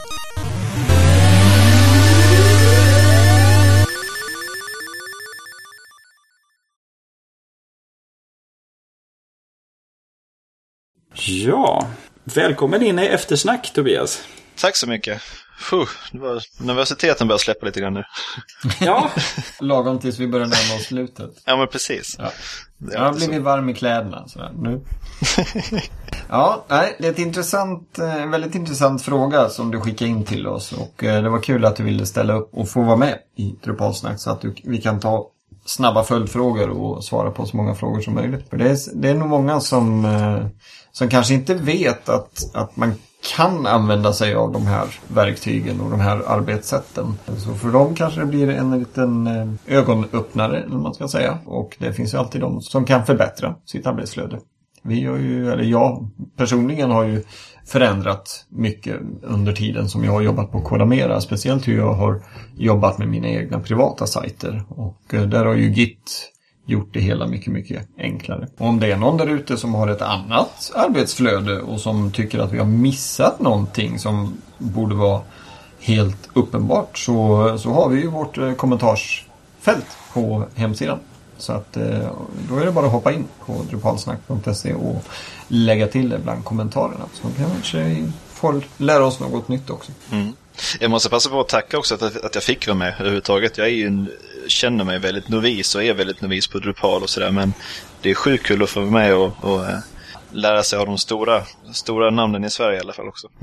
Ja, välkommen in i eftersnack, Tobias. Tack så mycket. Fuh, det var, nervositeten börjar släppa lite grann nu. Ja. Lagom tills vi börjar närma oss slutet. Ja, men precis. Ja. Jag har blivit varm i kläderna sådär, nu. Ja, nej, det är ett intressant, en väldigt intressant fråga som du skickade in till oss. Och det var kul att du ville ställa upp och få vara med i Drupalsnack så att du, vi kan ta snabba följdfrågor och svara på så många frågor som möjligt. För det är, det är nog många som, som kanske inte vet att, att man kan använda sig av de här verktygen och de här arbetssätten. Så för dem kanske det blir en liten ögonöppnare, eller man ska säga. Och det finns ju alltid de som kan förbättra sitt arbetsflöde. Vi har ju, eller jag personligen har ju förändrat mycket under tiden som jag har jobbat på Kodamera. Speciellt hur jag har jobbat med mina egna privata sajter. Och där har ju Git gjort det hela mycket, mycket enklare. Och om det är någon där ute som har ett annat arbetsflöde och som tycker att vi har missat någonting som borde vara helt uppenbart, så, så har vi ju vårt eh, kommentarsfält på hemsidan. Så att eh, då är det bara att hoppa in på drupalsnack punkt se och lägga till det bland kommentarerna. Så kanske får lära oss något nytt också. Mm. Jag måste passa på att tacka också att, att jag fick vara med överhuvudtaget. Jag är ju en, känner mig väldigt novis och är väldigt novis på Drupal och sådär. Men det är sjukt kul att få vara med och, och äh, lära sig av de stora, stora namnen i Sverige i alla fall också.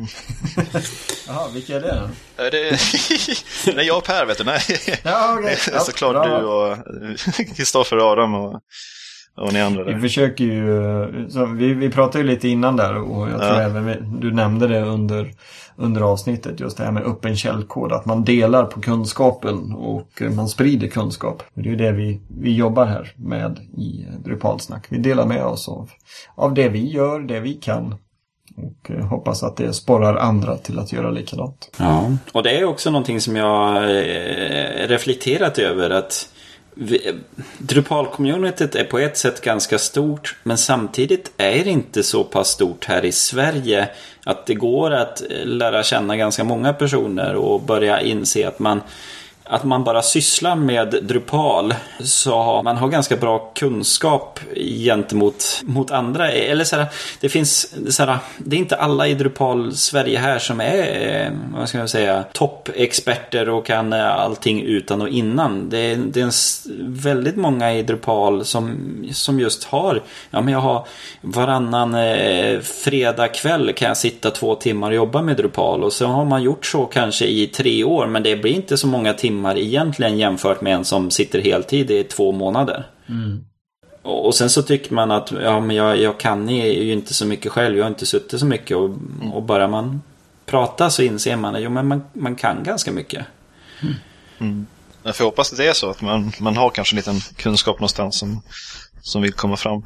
Jaha, vilka är det då? Det Nej, jag och Per, vet du. Nej. Ja, okay. Ja, såklart bra. Du och Kristoffer, Adam och, och ni andra där. Vi försöker ju, så vi, vi pratade ju lite innan där och jag tror ja. även vi, du nämnde det under, under avsnittet, just det här med öppen källkod, att man delar på kunskapen och man sprider kunskap. Det är ju det vi, vi jobbar här med i Drupalsnack. Vi delar med oss av, av det vi gör, det vi kan. Och hoppas att det sporrar andra till att göra likadant. Ja, och det är också någonting som jag reflekterat över, att vi, Drupal-communityt är på ett sätt ganska stort, men samtidigt är det inte så pass stort här i Sverige att det går att lära känna ganska många personer och börja inse att man att man bara sysslar med Drupal, så man har ganska bra kunskap gentemot mot andra. Eller så här, det finns så här, det är inte alla i Drupal Sverige här som är, vad ska jag säga, toppexperter och kan allting utan och innan. Det är, det är väldigt många i Drupal som, som just har, ja men jag har varannan eh, fredag kväll kan jag sitta två timmar och jobba med Drupal, och så har man gjort så kanske i tre år, men det blir inte så många timmar egentligen jämfört med en som sitter heltid i två månader. Mm. Och sen så tycker man att ja, men jag, jag kan ju inte så mycket själv, jag har inte suttit så mycket, och, mm. och bara man pratar så inser man att jo, men man, man kan ganska mycket. Mm. Mm. Jag får hoppas att det är så att man, man har kanske en liten kunskap någonstans som, som vill komma fram.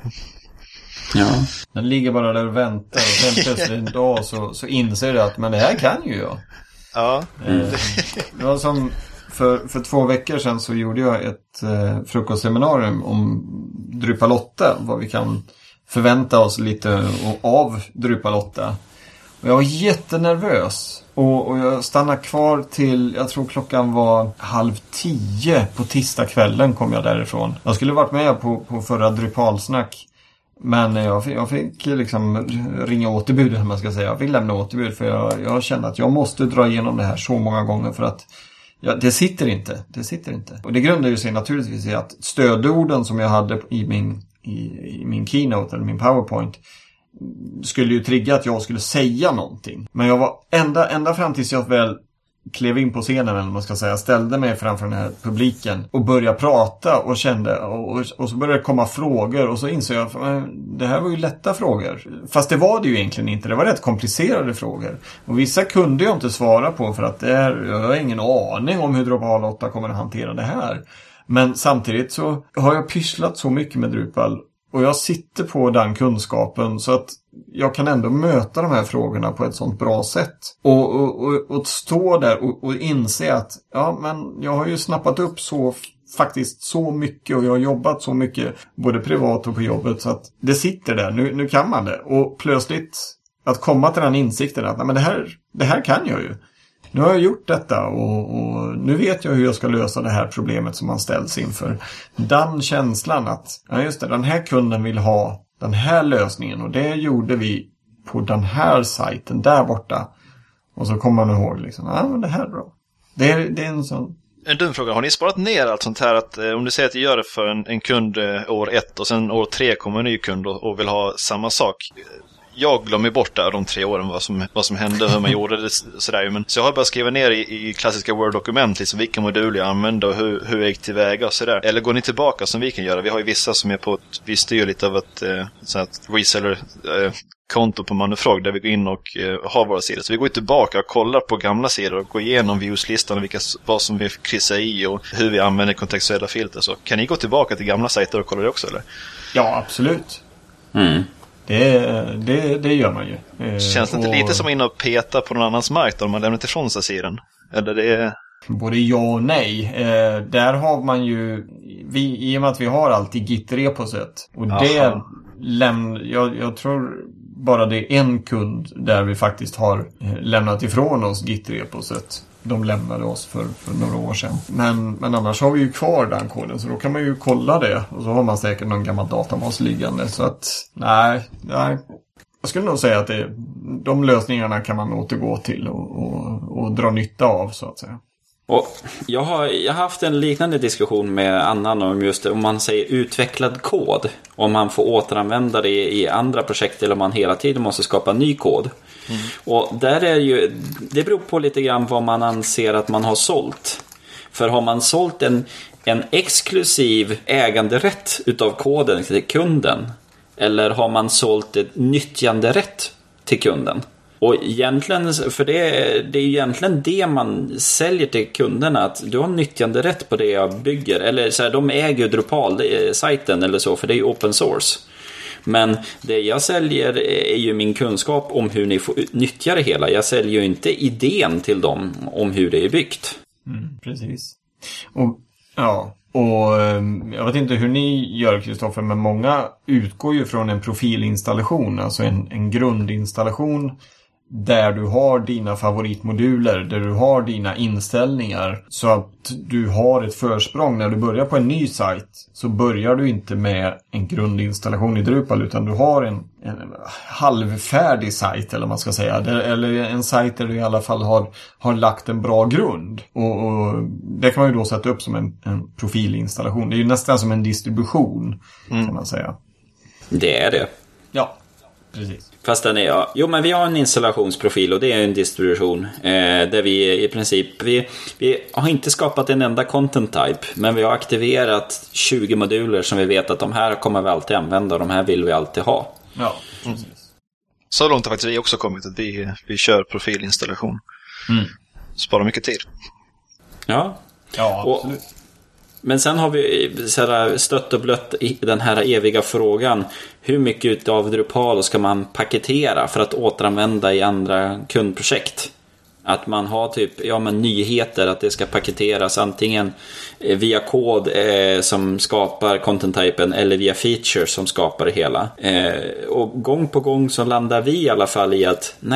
Ja. Den ligger bara där och väntar, och sen plötsligt en dag så, så inser det att men det här kan ju jag. Ja. Eh, det var som För, för två veckor sedan så gjorde jag ett eh, frukostseminarium om Drupal åtta. Vad vi kan förvänta oss lite av Drupal åtta. Och jag var jättenervös. Och, och jag stannade kvar till, jag tror klockan var halv tio på tisdagskvällen kom jag därifrån. Jag skulle varit med på, på förra Drupalsnack. Men jag fick, jag fick liksom ringa återbud, som man ska säga. Jag fick lämna återbud för jag, jag kände att jag måste dra igenom det här så många gånger för att ja, det sitter inte. Det sitter inte. Och det grundar ju sig naturligtvis i att stödorden som jag hade i min, i, i min keynote eller min PowerPoint skulle ju trigga att jag skulle säga någonting. Men jag var ända, ända fram tills jag väl klev in på scenen, eller man ska säga, ställde mig framför den här publiken och började prata och kände, och, och så började det komma frågor och så insåg jag att det här var ju lätta frågor. Fast det var det ju egentligen inte, det var rätt komplicerade frågor. Och vissa kunde jag inte svara på för att det är, jag har ingen aning om hur Drupal åtta kommer att hantera det här. Men samtidigt så har jag pysslat så mycket med Drupal och jag sitter på den kunskapen så att jag kan ändå möta de här frågorna på ett sånt bra sätt. Och, och, och, och stå där och, och inse att ja, men jag har ju snappat upp så faktiskt så mycket och jag har jobbat så mycket både privat och på jobbet så att det sitter där. Nu, nu kan man det. Och plötsligt att komma till den insikten att nej, men det, här, det här kan jag ju. Nu har jag gjort detta och, och nu vet jag hur jag ska lösa det här problemet som man ställs inför. Den känslan att ja just det, den här kunden vill ha den här lösningen och det gjorde vi på den här sajten där borta. Och så kommer man ihåg liksom, ja men det här är bra. Det är, det är en sån... En dum fråga, har ni sparat ner allt sånt här att eh, om du säger att du gör det för en, en kund eh, år ett och sen år tre kommer en ny kund och, och vill ha samma sak. Jag glömmer bort där de tre åren vad som, vad som hände, hur man gjorde det sådär. Men, så jag har bara skrivit ner i, i klassiska Word-dokument liksom, vilka moduler jag använde och hur, hur jag gick tillväga och sådär. Eller går ni tillbaka som vi kan göra? Vi har ju vissa som är på ett, vi styr lite av ett, eh, ett reseller-konto eh, på Manufrog där vi går in och eh, har våra sidor. Så vi går tillbaka och kollar på gamla sidor och går igenom views-listan och vilka, vad som vi kryssar i och hur vi använder kontextuella filter. Så kan ni gå tillbaka till gamla sajter och kolla det också, eller? Ja, absolut. Mm. Det, det, det gör man ju. Känns det inte och... lite som in och peta på någon annans mark då man lämnar ifrån sig sidan? Eller det är... Både ja och nej. Eh, där har man ju, vi, i och med att vi har alltid Git-reposet. Och Aha. det lämnar, jag, jag tror bara det är en kund där vi faktiskt har lämnat ifrån oss Git-reposet. De lämnade oss för, för några år sedan. Men, men annars har vi ju kvar den koden. Så då kan man ju kolla det. Och så har man säkert någon gammal databas liggande. Så att, nej, nej. Jag skulle nog säga att det, de lösningarna kan man återgå till och, och, och dra nytta av, så att säga. Och jag har, jag har haft en liknande diskussion med annan om just det, om man säger utvecklad kod. Om man får återanvända det i andra projekt eller om man hela tiden måste skapa ny kod. Mm. Och där är ju, det beror på lite grann vad man anser att man har sålt. För har man sålt en, en exklusiv äganderätt utav koden till kunden, eller har man sålt ett nyttjanderätt till kunden? Och egentligen, för det, det är egentligen det man säljer till kunderna, att du har nyttjanderätt på det jag bygger. Eller så här, de äger Drupal-sajten eller så, för det är ju open source. Men det jag säljer är ju min kunskap om hur ni får nyttja det hela. Jag säljer ju inte idén till dem om hur det är byggt. Mm, precis. Och, ja, och jag vet inte hur ni gör, Kristoffer, men många utgår ju från en profilinstallation, alltså en, en grundinstallation där du har dina favoritmoduler, där du har dina inställningar, så att du har ett försprång. När du börjar på en ny sajt så börjar du inte med en grundinstallation i Drupal, utan du har en, en halvfärdig sajt, eller vad man ska säga, eller en sajt där du i alla fall har, har lagt en bra grund. Och, och det kan man ju då sätta upp som en, en profilinstallation. Det är ju nästan som en distribution, mm. kan man säga. Det är det. Ja. Precis. Fast den är, ja. Jo, men vi har en installationsprofil och det är en distribution eh, där vi i princip, vi, vi har inte skapat en enda content type, men vi har aktiverat tjugo moduler som vi vet att de här kommer vi alltid använda och de här vill vi alltid ha. Ja, precis. Mm. Så långt har faktiskt vi också kommit att vi, vi kör profilinstallation. Mm. Sparar mycket tid. Ja, ja absolut. Och, men sen har vi så här stött och blött i den här eviga frågan. Hur mycket av Drupal ska man paketera för att återanvända i andra kundprojekt? Att man har typ, ja men nyheter, att det ska paketeras antingen via kod eh, som skapar content-typen eller via features som skapar det hela. Eh, och gång på gång så landar vi i alla fall i att nej,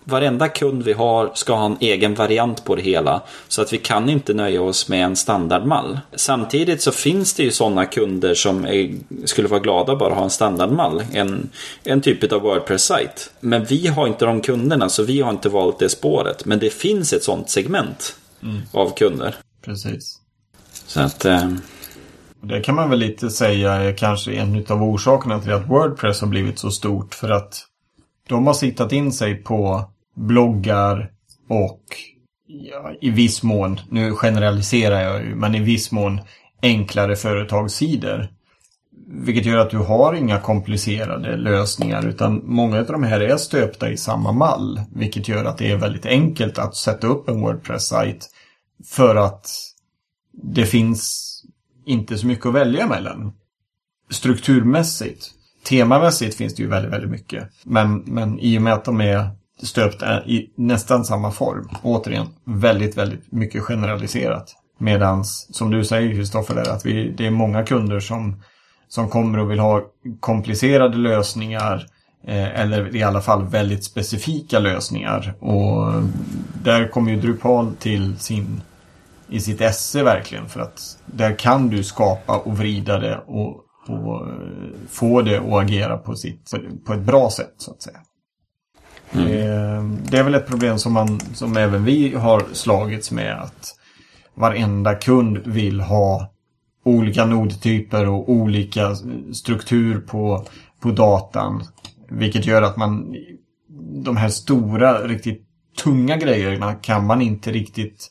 varenda kund vi har ska ha en egen variant på det hela. Så att vi kan inte nöja oss med en standardmall. Samtidigt så finns det ju sådana kunder som är, skulle vara glada bara ha en standardmall. En, en typ av WordPress-sajt. Men vi har inte de kunderna, så vi har inte valt det spåret. Men det finns ett sådant segment mm. av kunder. Precis. Så att... Eh... Det kan man väl lite säga är kanske en av orsakerna till att WordPress har blivit så stort. För att de har siktat in sig på bloggar och ja, i viss mån, nu generaliserar jag ju, men i viss mån enklare företagssidor. Vilket gör att du har inga komplicerade lösningar, utan många av de här är stöpta i samma mall. Vilket gör att det är väldigt enkelt att sätta upp en WordPress-sajt, för att det finns inte så mycket att välja mellan. Strukturmässigt, temamässigt finns det ju väldigt, väldigt mycket. Men, men i och med att de är stöpta i nästan samma form, återigen, väldigt, väldigt mycket generaliserat. Medans, som du säger Kristoffer, att vi, det är många kunder som, som kommer och vill ha komplicerade lösningar, eh, eller i alla fall väldigt specifika lösningar. Och där kommer ju Drupal till sin... i sitt esse verkligen, för att där kan du skapa och vrida det och, och få det att agera på, sitt, på ett bra sätt, så att säga. Mm. Det, det är väl ett problem som, man, som även vi har slagits med, att varenda kund vill ha olika nodtyper och olika struktur på, på datan, vilket gör att man de här stora, riktigt tunga grejerna kan man inte riktigt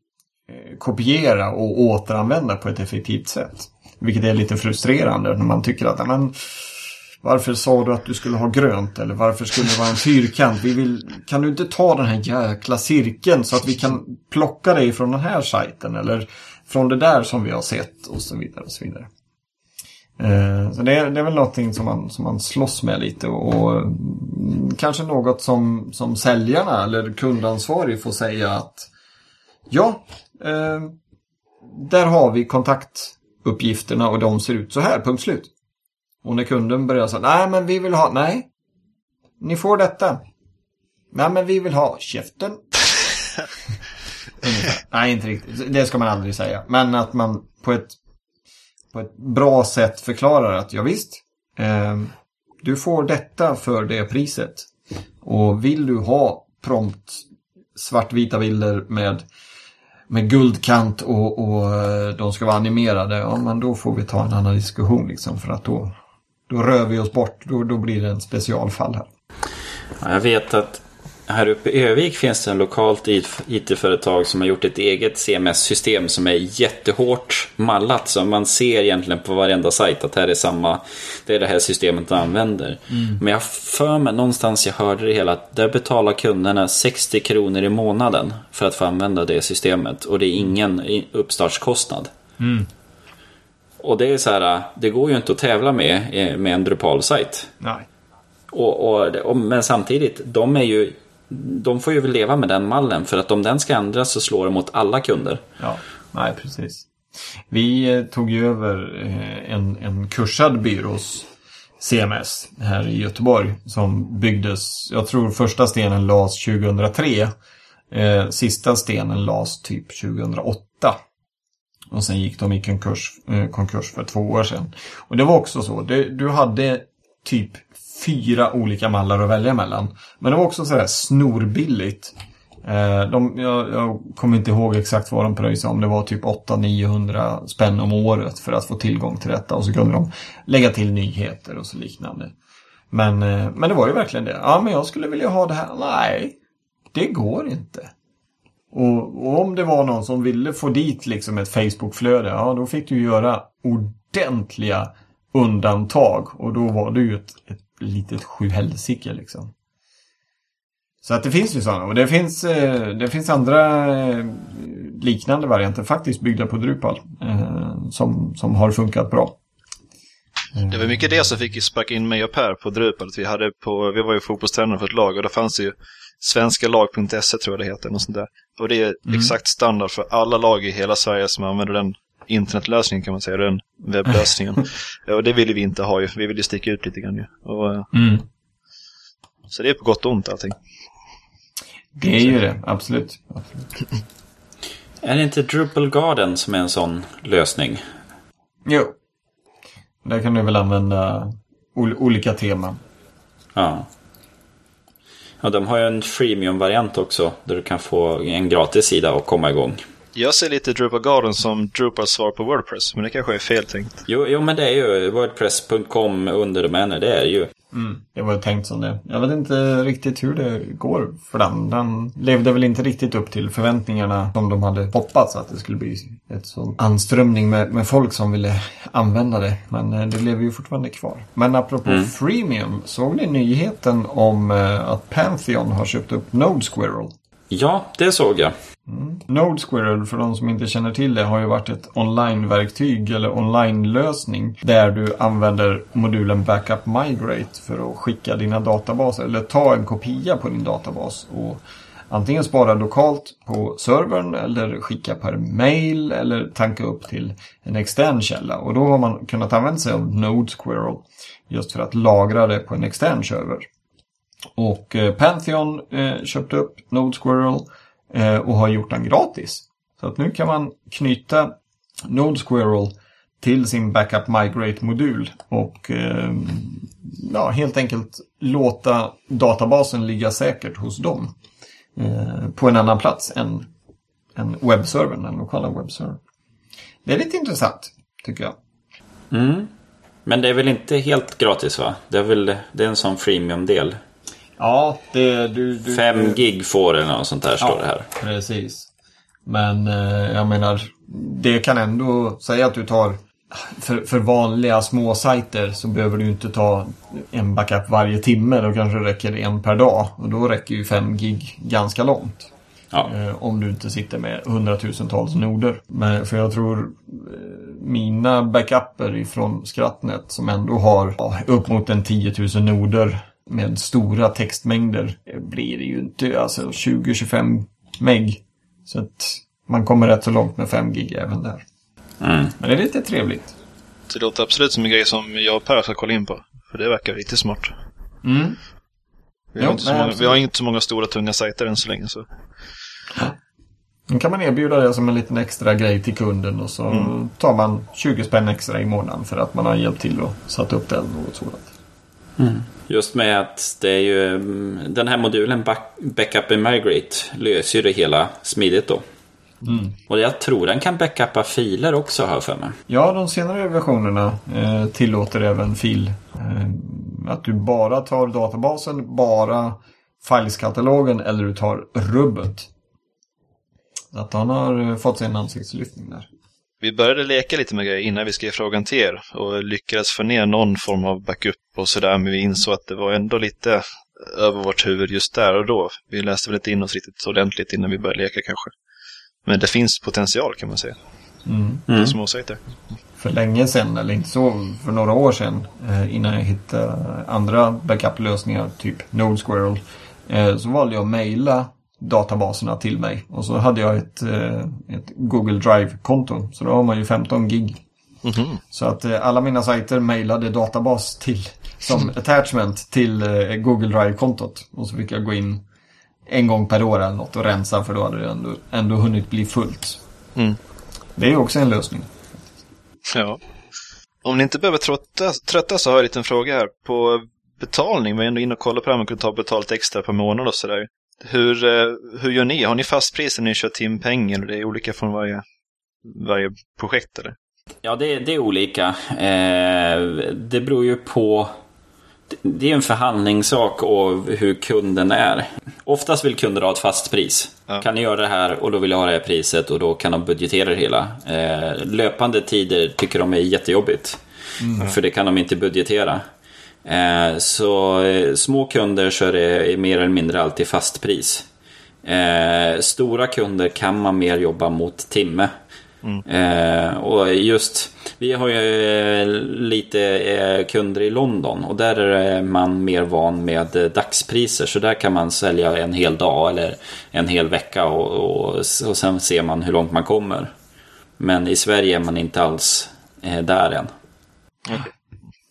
kopiera och återanvända på ett effektivt sätt. Vilket är lite frustrerande när man tycker att men, varför sa du att du skulle ha grönt, eller varför skulle det vara en fyrkant? Vi vill, kan du inte ta den här jäkla cirkeln så att vi kan plocka dig från den här sajten eller från det där som vi har sett, och så vidare och så vidare. Eh, så det är, det är väl någonting som man, som man slåss med lite, och, och kanske något som, som säljarna eller kundansvarig får säga att ja, Eh, där har vi kontaktuppgifterna och de ser ut så här, punkt slut. Och när kunden börjar säga, nej men vi vill ha, nej, ni får detta. Nej men vi vill ha käften. Nej, inte riktigt, det ska man aldrig säga. Men att man på ett, på ett bra sätt förklarar att ja visst, eh, du får detta för det priset. Och vill du ha prompt svartvita bilder med med guldkant och, och de ska vara animerade, ja men då får vi ta en annan diskussion liksom, för att då, då rör vi oss bort, då, då blir det en specialfall här. Ja, jag vet att här uppe i Övik finns det en lokalt I T-företag som har gjort ett eget C M S-system som är jättehårt mallat, så man ser egentligen på varenda sajt att här är samma, det är det här systemet de använder. Mm. Men jag för mig någonstans jag hörde det hela att där betalar kunderna sextio kronor i månaden för att få använda det systemet, och det är ingen uppstartskostnad. Mm. Och det är så här, det går ju inte att tävla med med en Drupal-sajt. Nej. Och, och, och, men samtidigt, de är ju de får ju väl leva med den mallen, för att om den ska ändras så slår det mot alla kunder. Ja, nej precis. Vi tog ju över en, en kursad byrås C M S här i Göteborg som byggdes, jag tror första stenen lades tjugohundratre, eh, sista stenen lades typ tjugohundraåtta. Och sen gick de i konkurs, eh, konkurs för två år sedan. Och det var också så, det, du hade typ fyra olika mallar att välja mellan. Men det var också sådär snorbilligt. Eh, de, jag, jag kommer inte ihåg exakt vad de pröjsade, om det var typ åtta till niohundra spänn om året för att få tillgång till detta. Och så kunde de lägga till nyheter och så liknande. Men, eh, men det var ju verkligen det. Ja, men jag skulle vilja ha det här. Nej, det går inte. Och, och om det var någon som ville få dit liksom ett Facebook-flöde, ja då fick du göra ordentliga undantag. Och då var det ju ett, ett litet sjuhälsike liksom. Så att det finns ju sådana. Och det finns, det finns andra liknande varianter faktiskt byggda på Drupal eh, som, som har funkat bra. Det var mycket det som fick sparka in mig och Per på Drupal. Vi, hade på, vi var ju fotbollstränare för ett lag och då fanns det ju svenskalag punkt se tror jag det heter. Och, sånt där. Och det är mm. exakt standard för alla lag i hela Sverige som använder den internetlösningen kan man säga, den webblösningen. Och det ville vi inte ha ju. Vi ville sticka ut lite grann ju. Och, mm. Så det är på gott och ont allting. Det är ju det, absolut. absolut. Är det inte Drupal Garden som är en sån lösning? Jo. Där kan du väl använda ol- olika teman. Ja. Ja, de har ju en freemium-variant också där du kan få en gratis sida och komma igång. Jag ser lite Drupal Garden som Drupals svar på WordPress, men det kanske är fel tänkt. Jo, jo men det är ju wordpress punkt com underdomäner, det är det ju. Mm, det var tänkt som det. Jag vet inte riktigt hur det går för den. Den levde väl inte riktigt upp till förväntningarna som de hade hoppats att det skulle bli ett sån anströmning med, med folk som ville använda det. Men eh, det lever ju fortfarande kvar. Men apropå mm. freemium, såg ni nyheten om eh, att Pantheon har köpt upp Node Squirrel? Ja, det såg jag. Mm. Node Squirrel, för de som inte känner till det, har ju varit ett online-verktyg eller online-lösning där du använder modulen Backup Migrate för att skicka dina databaser eller ta en kopia på din databas och antingen spara lokalt på servern eller skicka per mail eller tanka upp till en extern källa. Och då har man kunnat använda sig av Node Squirrel just för att lagra det på en extern server. Och eh, Pantheon eh, köpte upp Node Squirrel och har gjort den gratis. Så att nu kan man knyta Node Squirrel till sin Backup Migrate-modul och eh, ja, helt enkelt låta databasen ligga säkert hos dem eh, på en annan plats än, än webbservern, den lokala webbservern. Det är lite intressant, tycker jag. Mm. Men det är väl inte helt gratis, va? Det är väl det är en sån freemium-del. Ja, det du, du Fem gig får eller något sånt där, står ja, det här. Precis. Men eh, jag menar, det kan ändå säga att du tar för, för vanliga små sajter så behöver du inte ta en backup varje timme. Då kanske det räcker en per dag. Och då räcker ju fem gig ganska långt. Ja. Eh, om du inte sitter med hundratusentals noder. Men, för jag tror eh, mina backuper ifrån Skrattnet som ändå har ja, upp mot en tio tusen noder med stora textmängder blir det ju inte alltså tjugo till tjugofem meg. Så att man kommer rätt så långt med fem gig även där. Mm. Men det är lite trevligt. Det låter absolut som en grej som jag och Per ska kolla in på. För det verkar riktigt smart. Mm. Vi har, jo, inte så nej, många, vi har inte så många stora tunga sajter än så länge. Så. Då kan man erbjuda det som en liten extra grej till kunden. Och så mm. tar man tjugo spänn extra i månaden för att man har hjälpt till och satt upp det eller något sådant. Mm. Just med att det är ju den här modulen back, Backup and Migrate löser ju det hela smidigt då. Mm. Och jag tror den kan backuppa filer också, här för mig. Ja, de senare versionerna eh, tillåter även fil. Eh, att du bara tar databasen, bara fileskatalogen eller du tar rubbet. Så att han har fått sig en ansiktslyftning där. Vi började leka lite med grejer innan vi skrev frågan till er och lyckades få ner någon form av backup och sådär, men vi insåg att det var ändå lite över vårt huvud just där och då. Vi läste väl inte in oss riktigt ordentligt innan vi började leka kanske. Men det finns potential, kan man säga. Mm. Det är småsajter. För länge sedan, eller inte så, för några år sedan, eh, innan jag hittade andra backup-lösningar, typ Node Squirrel, eh, så valde jag att mejla databaserna till mig. Och så hade jag ett, eh, ett Google Drive-konto. Så då har man ju femton gig. Mm-hmm. Så att eh, alla mina sajter mejlade databas till, som attachment till eh, Google Drive-kontot. Och så fick jag gå in en gång per år eller något och rensa, för då hade det ändå, ändå hunnit bli fullt. Mm. Det är ju också en lösning. Ja. Om ni inte behöver trötta, trötta så har jag en liten fråga här. På betalning, vi är ändå inne och kollar på det här, man kan ta betalt extra per månad och sådär. Hur, hur gör ni? Har ni fastpriser när ni kör timpengen? Eller det är olika från varje, varje projekt, eller? Ja, det, det är olika. Eh, det beror ju på... Det är en förhandlingssak och hur kunden är. Oftast vill kunder ha ett fast pris. Ja. Kan ni göra det här och då vill jag ha det här priset och då kan de budgetera det hela. Eh, löpande tider tycker de är jättejobbigt. Mm. För det kan de inte budgetera. Eh, så eh, små kunder så är det mer eller mindre alltid fast pris. Eh, stora kunder kan man mer jobba mot timme. Mm. Eh, och just vi har ju eh, lite eh, kunder i London och där är man mer van med eh, dagspriser, så där kan man sälja en hel dag eller en hel vecka och, och, och sen ser man hur långt man kommer. Men i Sverige är man inte alls eh, där än. Okay.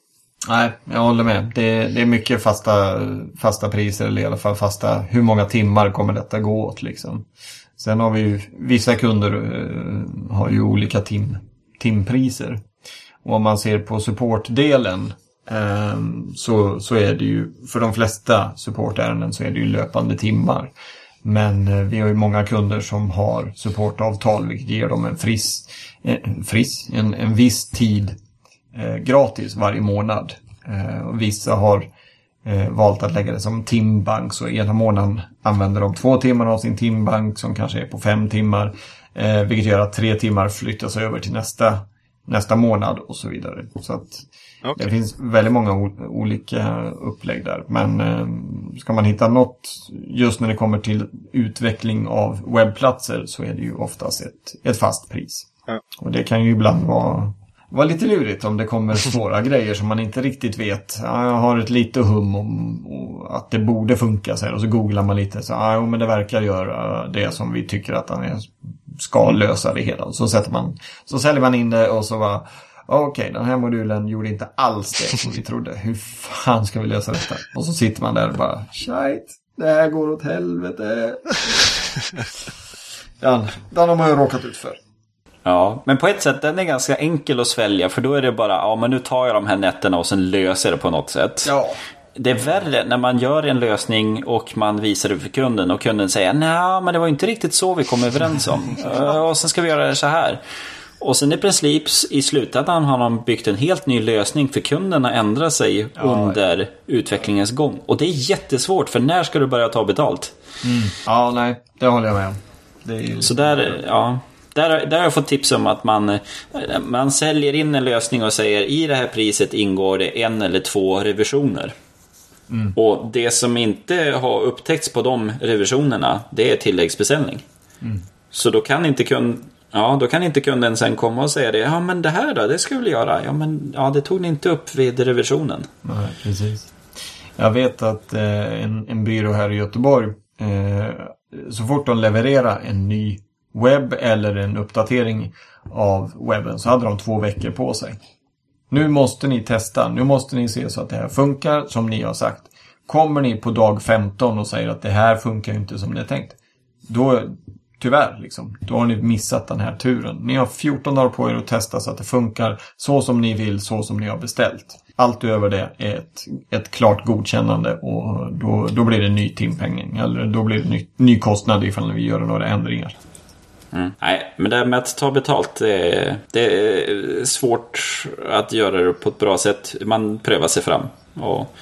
Nej, jag håller med. Det, det är mycket fasta, fasta priser, eller i alla fall fasta, hur många timmar kommer detta gå åt liksom. Sen har vi ju, vissa kunder uh, har ju olika tim, timpriser. Och om man ser på supportdelen um, så, så är det ju, för de flesta supportärenden så är det ju löpande timmar. Men uh, vi har ju många kunder som har supportavtal, vilket ger dem en friss, en, friss, en, en viss tid Eh, gratis varje månad. Eh, och vissa har eh, valt att lägga det som timbank, så ena månaden använder de två timmar av sin timbank som kanske är på fem timmar, eh, vilket gör att tre timmar flyttas över till nästa, nästa månad och så vidare. Så att okay. Det finns väldigt många o- olika upplägg där, men eh, ska man hitta något just när det kommer till utveckling av webbplatser så är det ju oftast ett, ett fast pris. Ja. Och det kan ju ibland vara var lite lurigt om det kommer svåra grejer som man inte riktigt vet. Ja, jag har ett lite hum om och att det borde funka så här, och så googlar man lite så ja, men det verkar göra det som vi tycker att han är, ska lösa det hela. Så sätter man, så säljer man in det och så var okej, okay, den här modulen gjorde inte alls det som vi trodde. Hur fan ska vi lösa detta? Och så sitter man där och bara shit, det här går åt helvete. Ja, den har man ju råkat ut för. Ja, men på ett sätt den är ganska enkel att svälja, för då är det bara, ja men nu tar jag de här nätterna och sen löser det på något sätt. Ja. Det är värre när man gör en lösning och man visar det för kunden och kunden säger, nej men det var inte riktigt så vi kom överens om. Och sen ska vi göra det så här. Och sen i princip i slutändan har man byggt en helt ny lösning för kunderna ändrar sig ja, under ja. utvecklingens gång. Och det är jättesvårt, för när ska du börja ta betalt? Mm. Ja, nej, det håller jag med om. Det är ju... Så där, ja... Där, där har jag fått tips om att man, man säljer in en lösning och säger i det här priset ingår det en eller två revisioner. Mm. Och det som inte har upptäckts på de revisionerna, det är tilläggsbeställning. Mm. Så då kan inte kund, ja, då kan inte kunden sen komma och säga det. Ja, men det här då, det ska vi göra. Ja, men ja, det tog ni inte upp vid revisionen. Nej, precis. Jag vet att eh, en, en byrå här i Göteborg, eh, så fort de levererar en ny webb eller en uppdatering av webben så hade de två veckor på sig. Nu måste ni testa, nu måste ni se så att det här funkar som ni har sagt. Kommer ni på dag femton och säger att det här funkar inte som ni har tänkt, då tyvärr liksom, då har ni missat den här turen. Ni har fjorton dagar på er att testa så att det funkar så som ni vill, så som ni har beställt. Allt över det är ett, ett klart godkännande, och då, då blir det ny timpenning, eller då blir det ny, ny kostnad ifall vi gör några ändringar. Mm. Nej, men det här med att ta betalt, det är, det är svårt att göra det på ett bra sätt. Man prövar sig fram och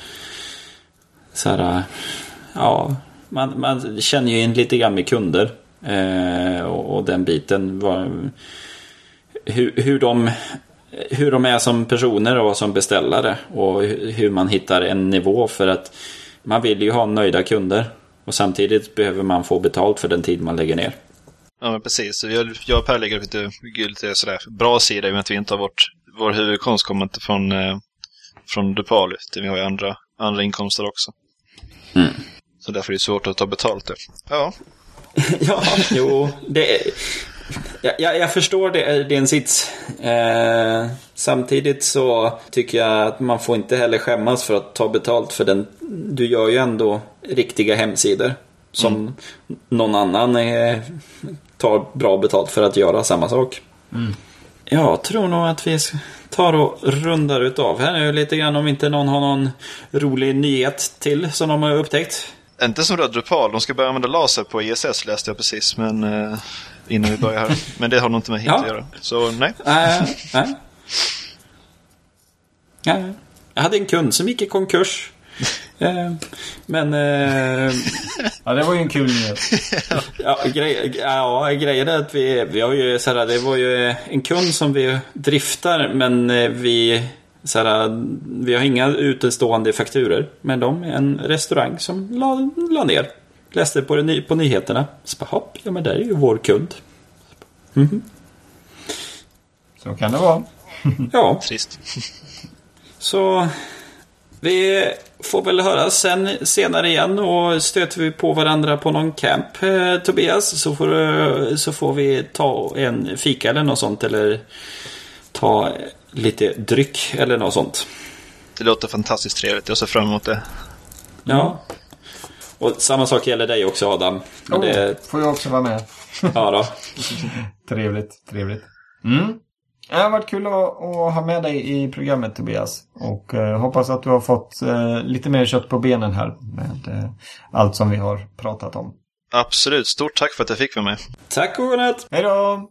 så här, ja, man, man känner ju in lite grann med kunder eh, och, och den biten var, hur, hur de hur de är som personer och som beställare, och hur man hittar en nivå, för att man vill ju ha nöjda kunder och samtidigt behöver man få betalt för den tid man lägger ner. Ja, men precis. Jag, jag och Per lägger lite, lite sådär bra sida i och med att vi inte har vårt, vår huvudkonst kommer inte från, eh, från Drupal, utan vi har ju andra, andra inkomster också. Mm. Så därför är det svårt att ta betalt det. Ja. Ja, jo, det är... Jag, jag, jag förstår det, det är en sits. Eh, samtidigt så tycker jag att man får inte heller skämmas för att ta betalt för den. Du gör ju ändå riktiga hemsidor som mm. någon annan eh, tar bra betalt för att göra samma sak. Mm. Jag tror nog att vi tar och rundar utav här nu lite grann, om inte någon har någon rolig nyhet till som de har upptäckt. Inte som röd Drupal, de ska börja använda laser på I S S läste jag precis, men eh, innan vi börjar här. Men det har nog inte med hit ja. att göra. Så nej. Äh, nej. Ja, jag hade en kund som gick i konkurs. eh, men eh, ja, det var ju en kul nyhet. ja, grej, ja, grejen är att vi, vi har ju så här, det var ju en kund som vi driftar, men vi så här, vi har inga utestående fakturer med dem. En restaurang som la, la ner. Läste på, det, på nyheterna. Så bara, hopp, ja men där är ju vår kund. Mm-hmm. Så kan det vara. Ja. Trist. Så vi får väl höra sen senare igen, och stöter vi på varandra på någon camp, eh, Tobias, så får, så får vi ta en fika eller något sånt, eller ta lite dryck eller något sånt. Det låter fantastiskt trevligt. Jag ser fram emot det. Ja. Och samma sak gäller dig också, Adam. Men oh, det... Får jag också vara med? Ja då. Trevligt, trevligt. Mm. Det har varit kul att, att ha med dig i programmet, Tobias. Och eh, hoppas att du har fått eh, lite mer kött på benen här med eh, allt som vi har pratat om. Absolut. Stort tack för att jag fick vara med. Tack och godnatt. Hej då!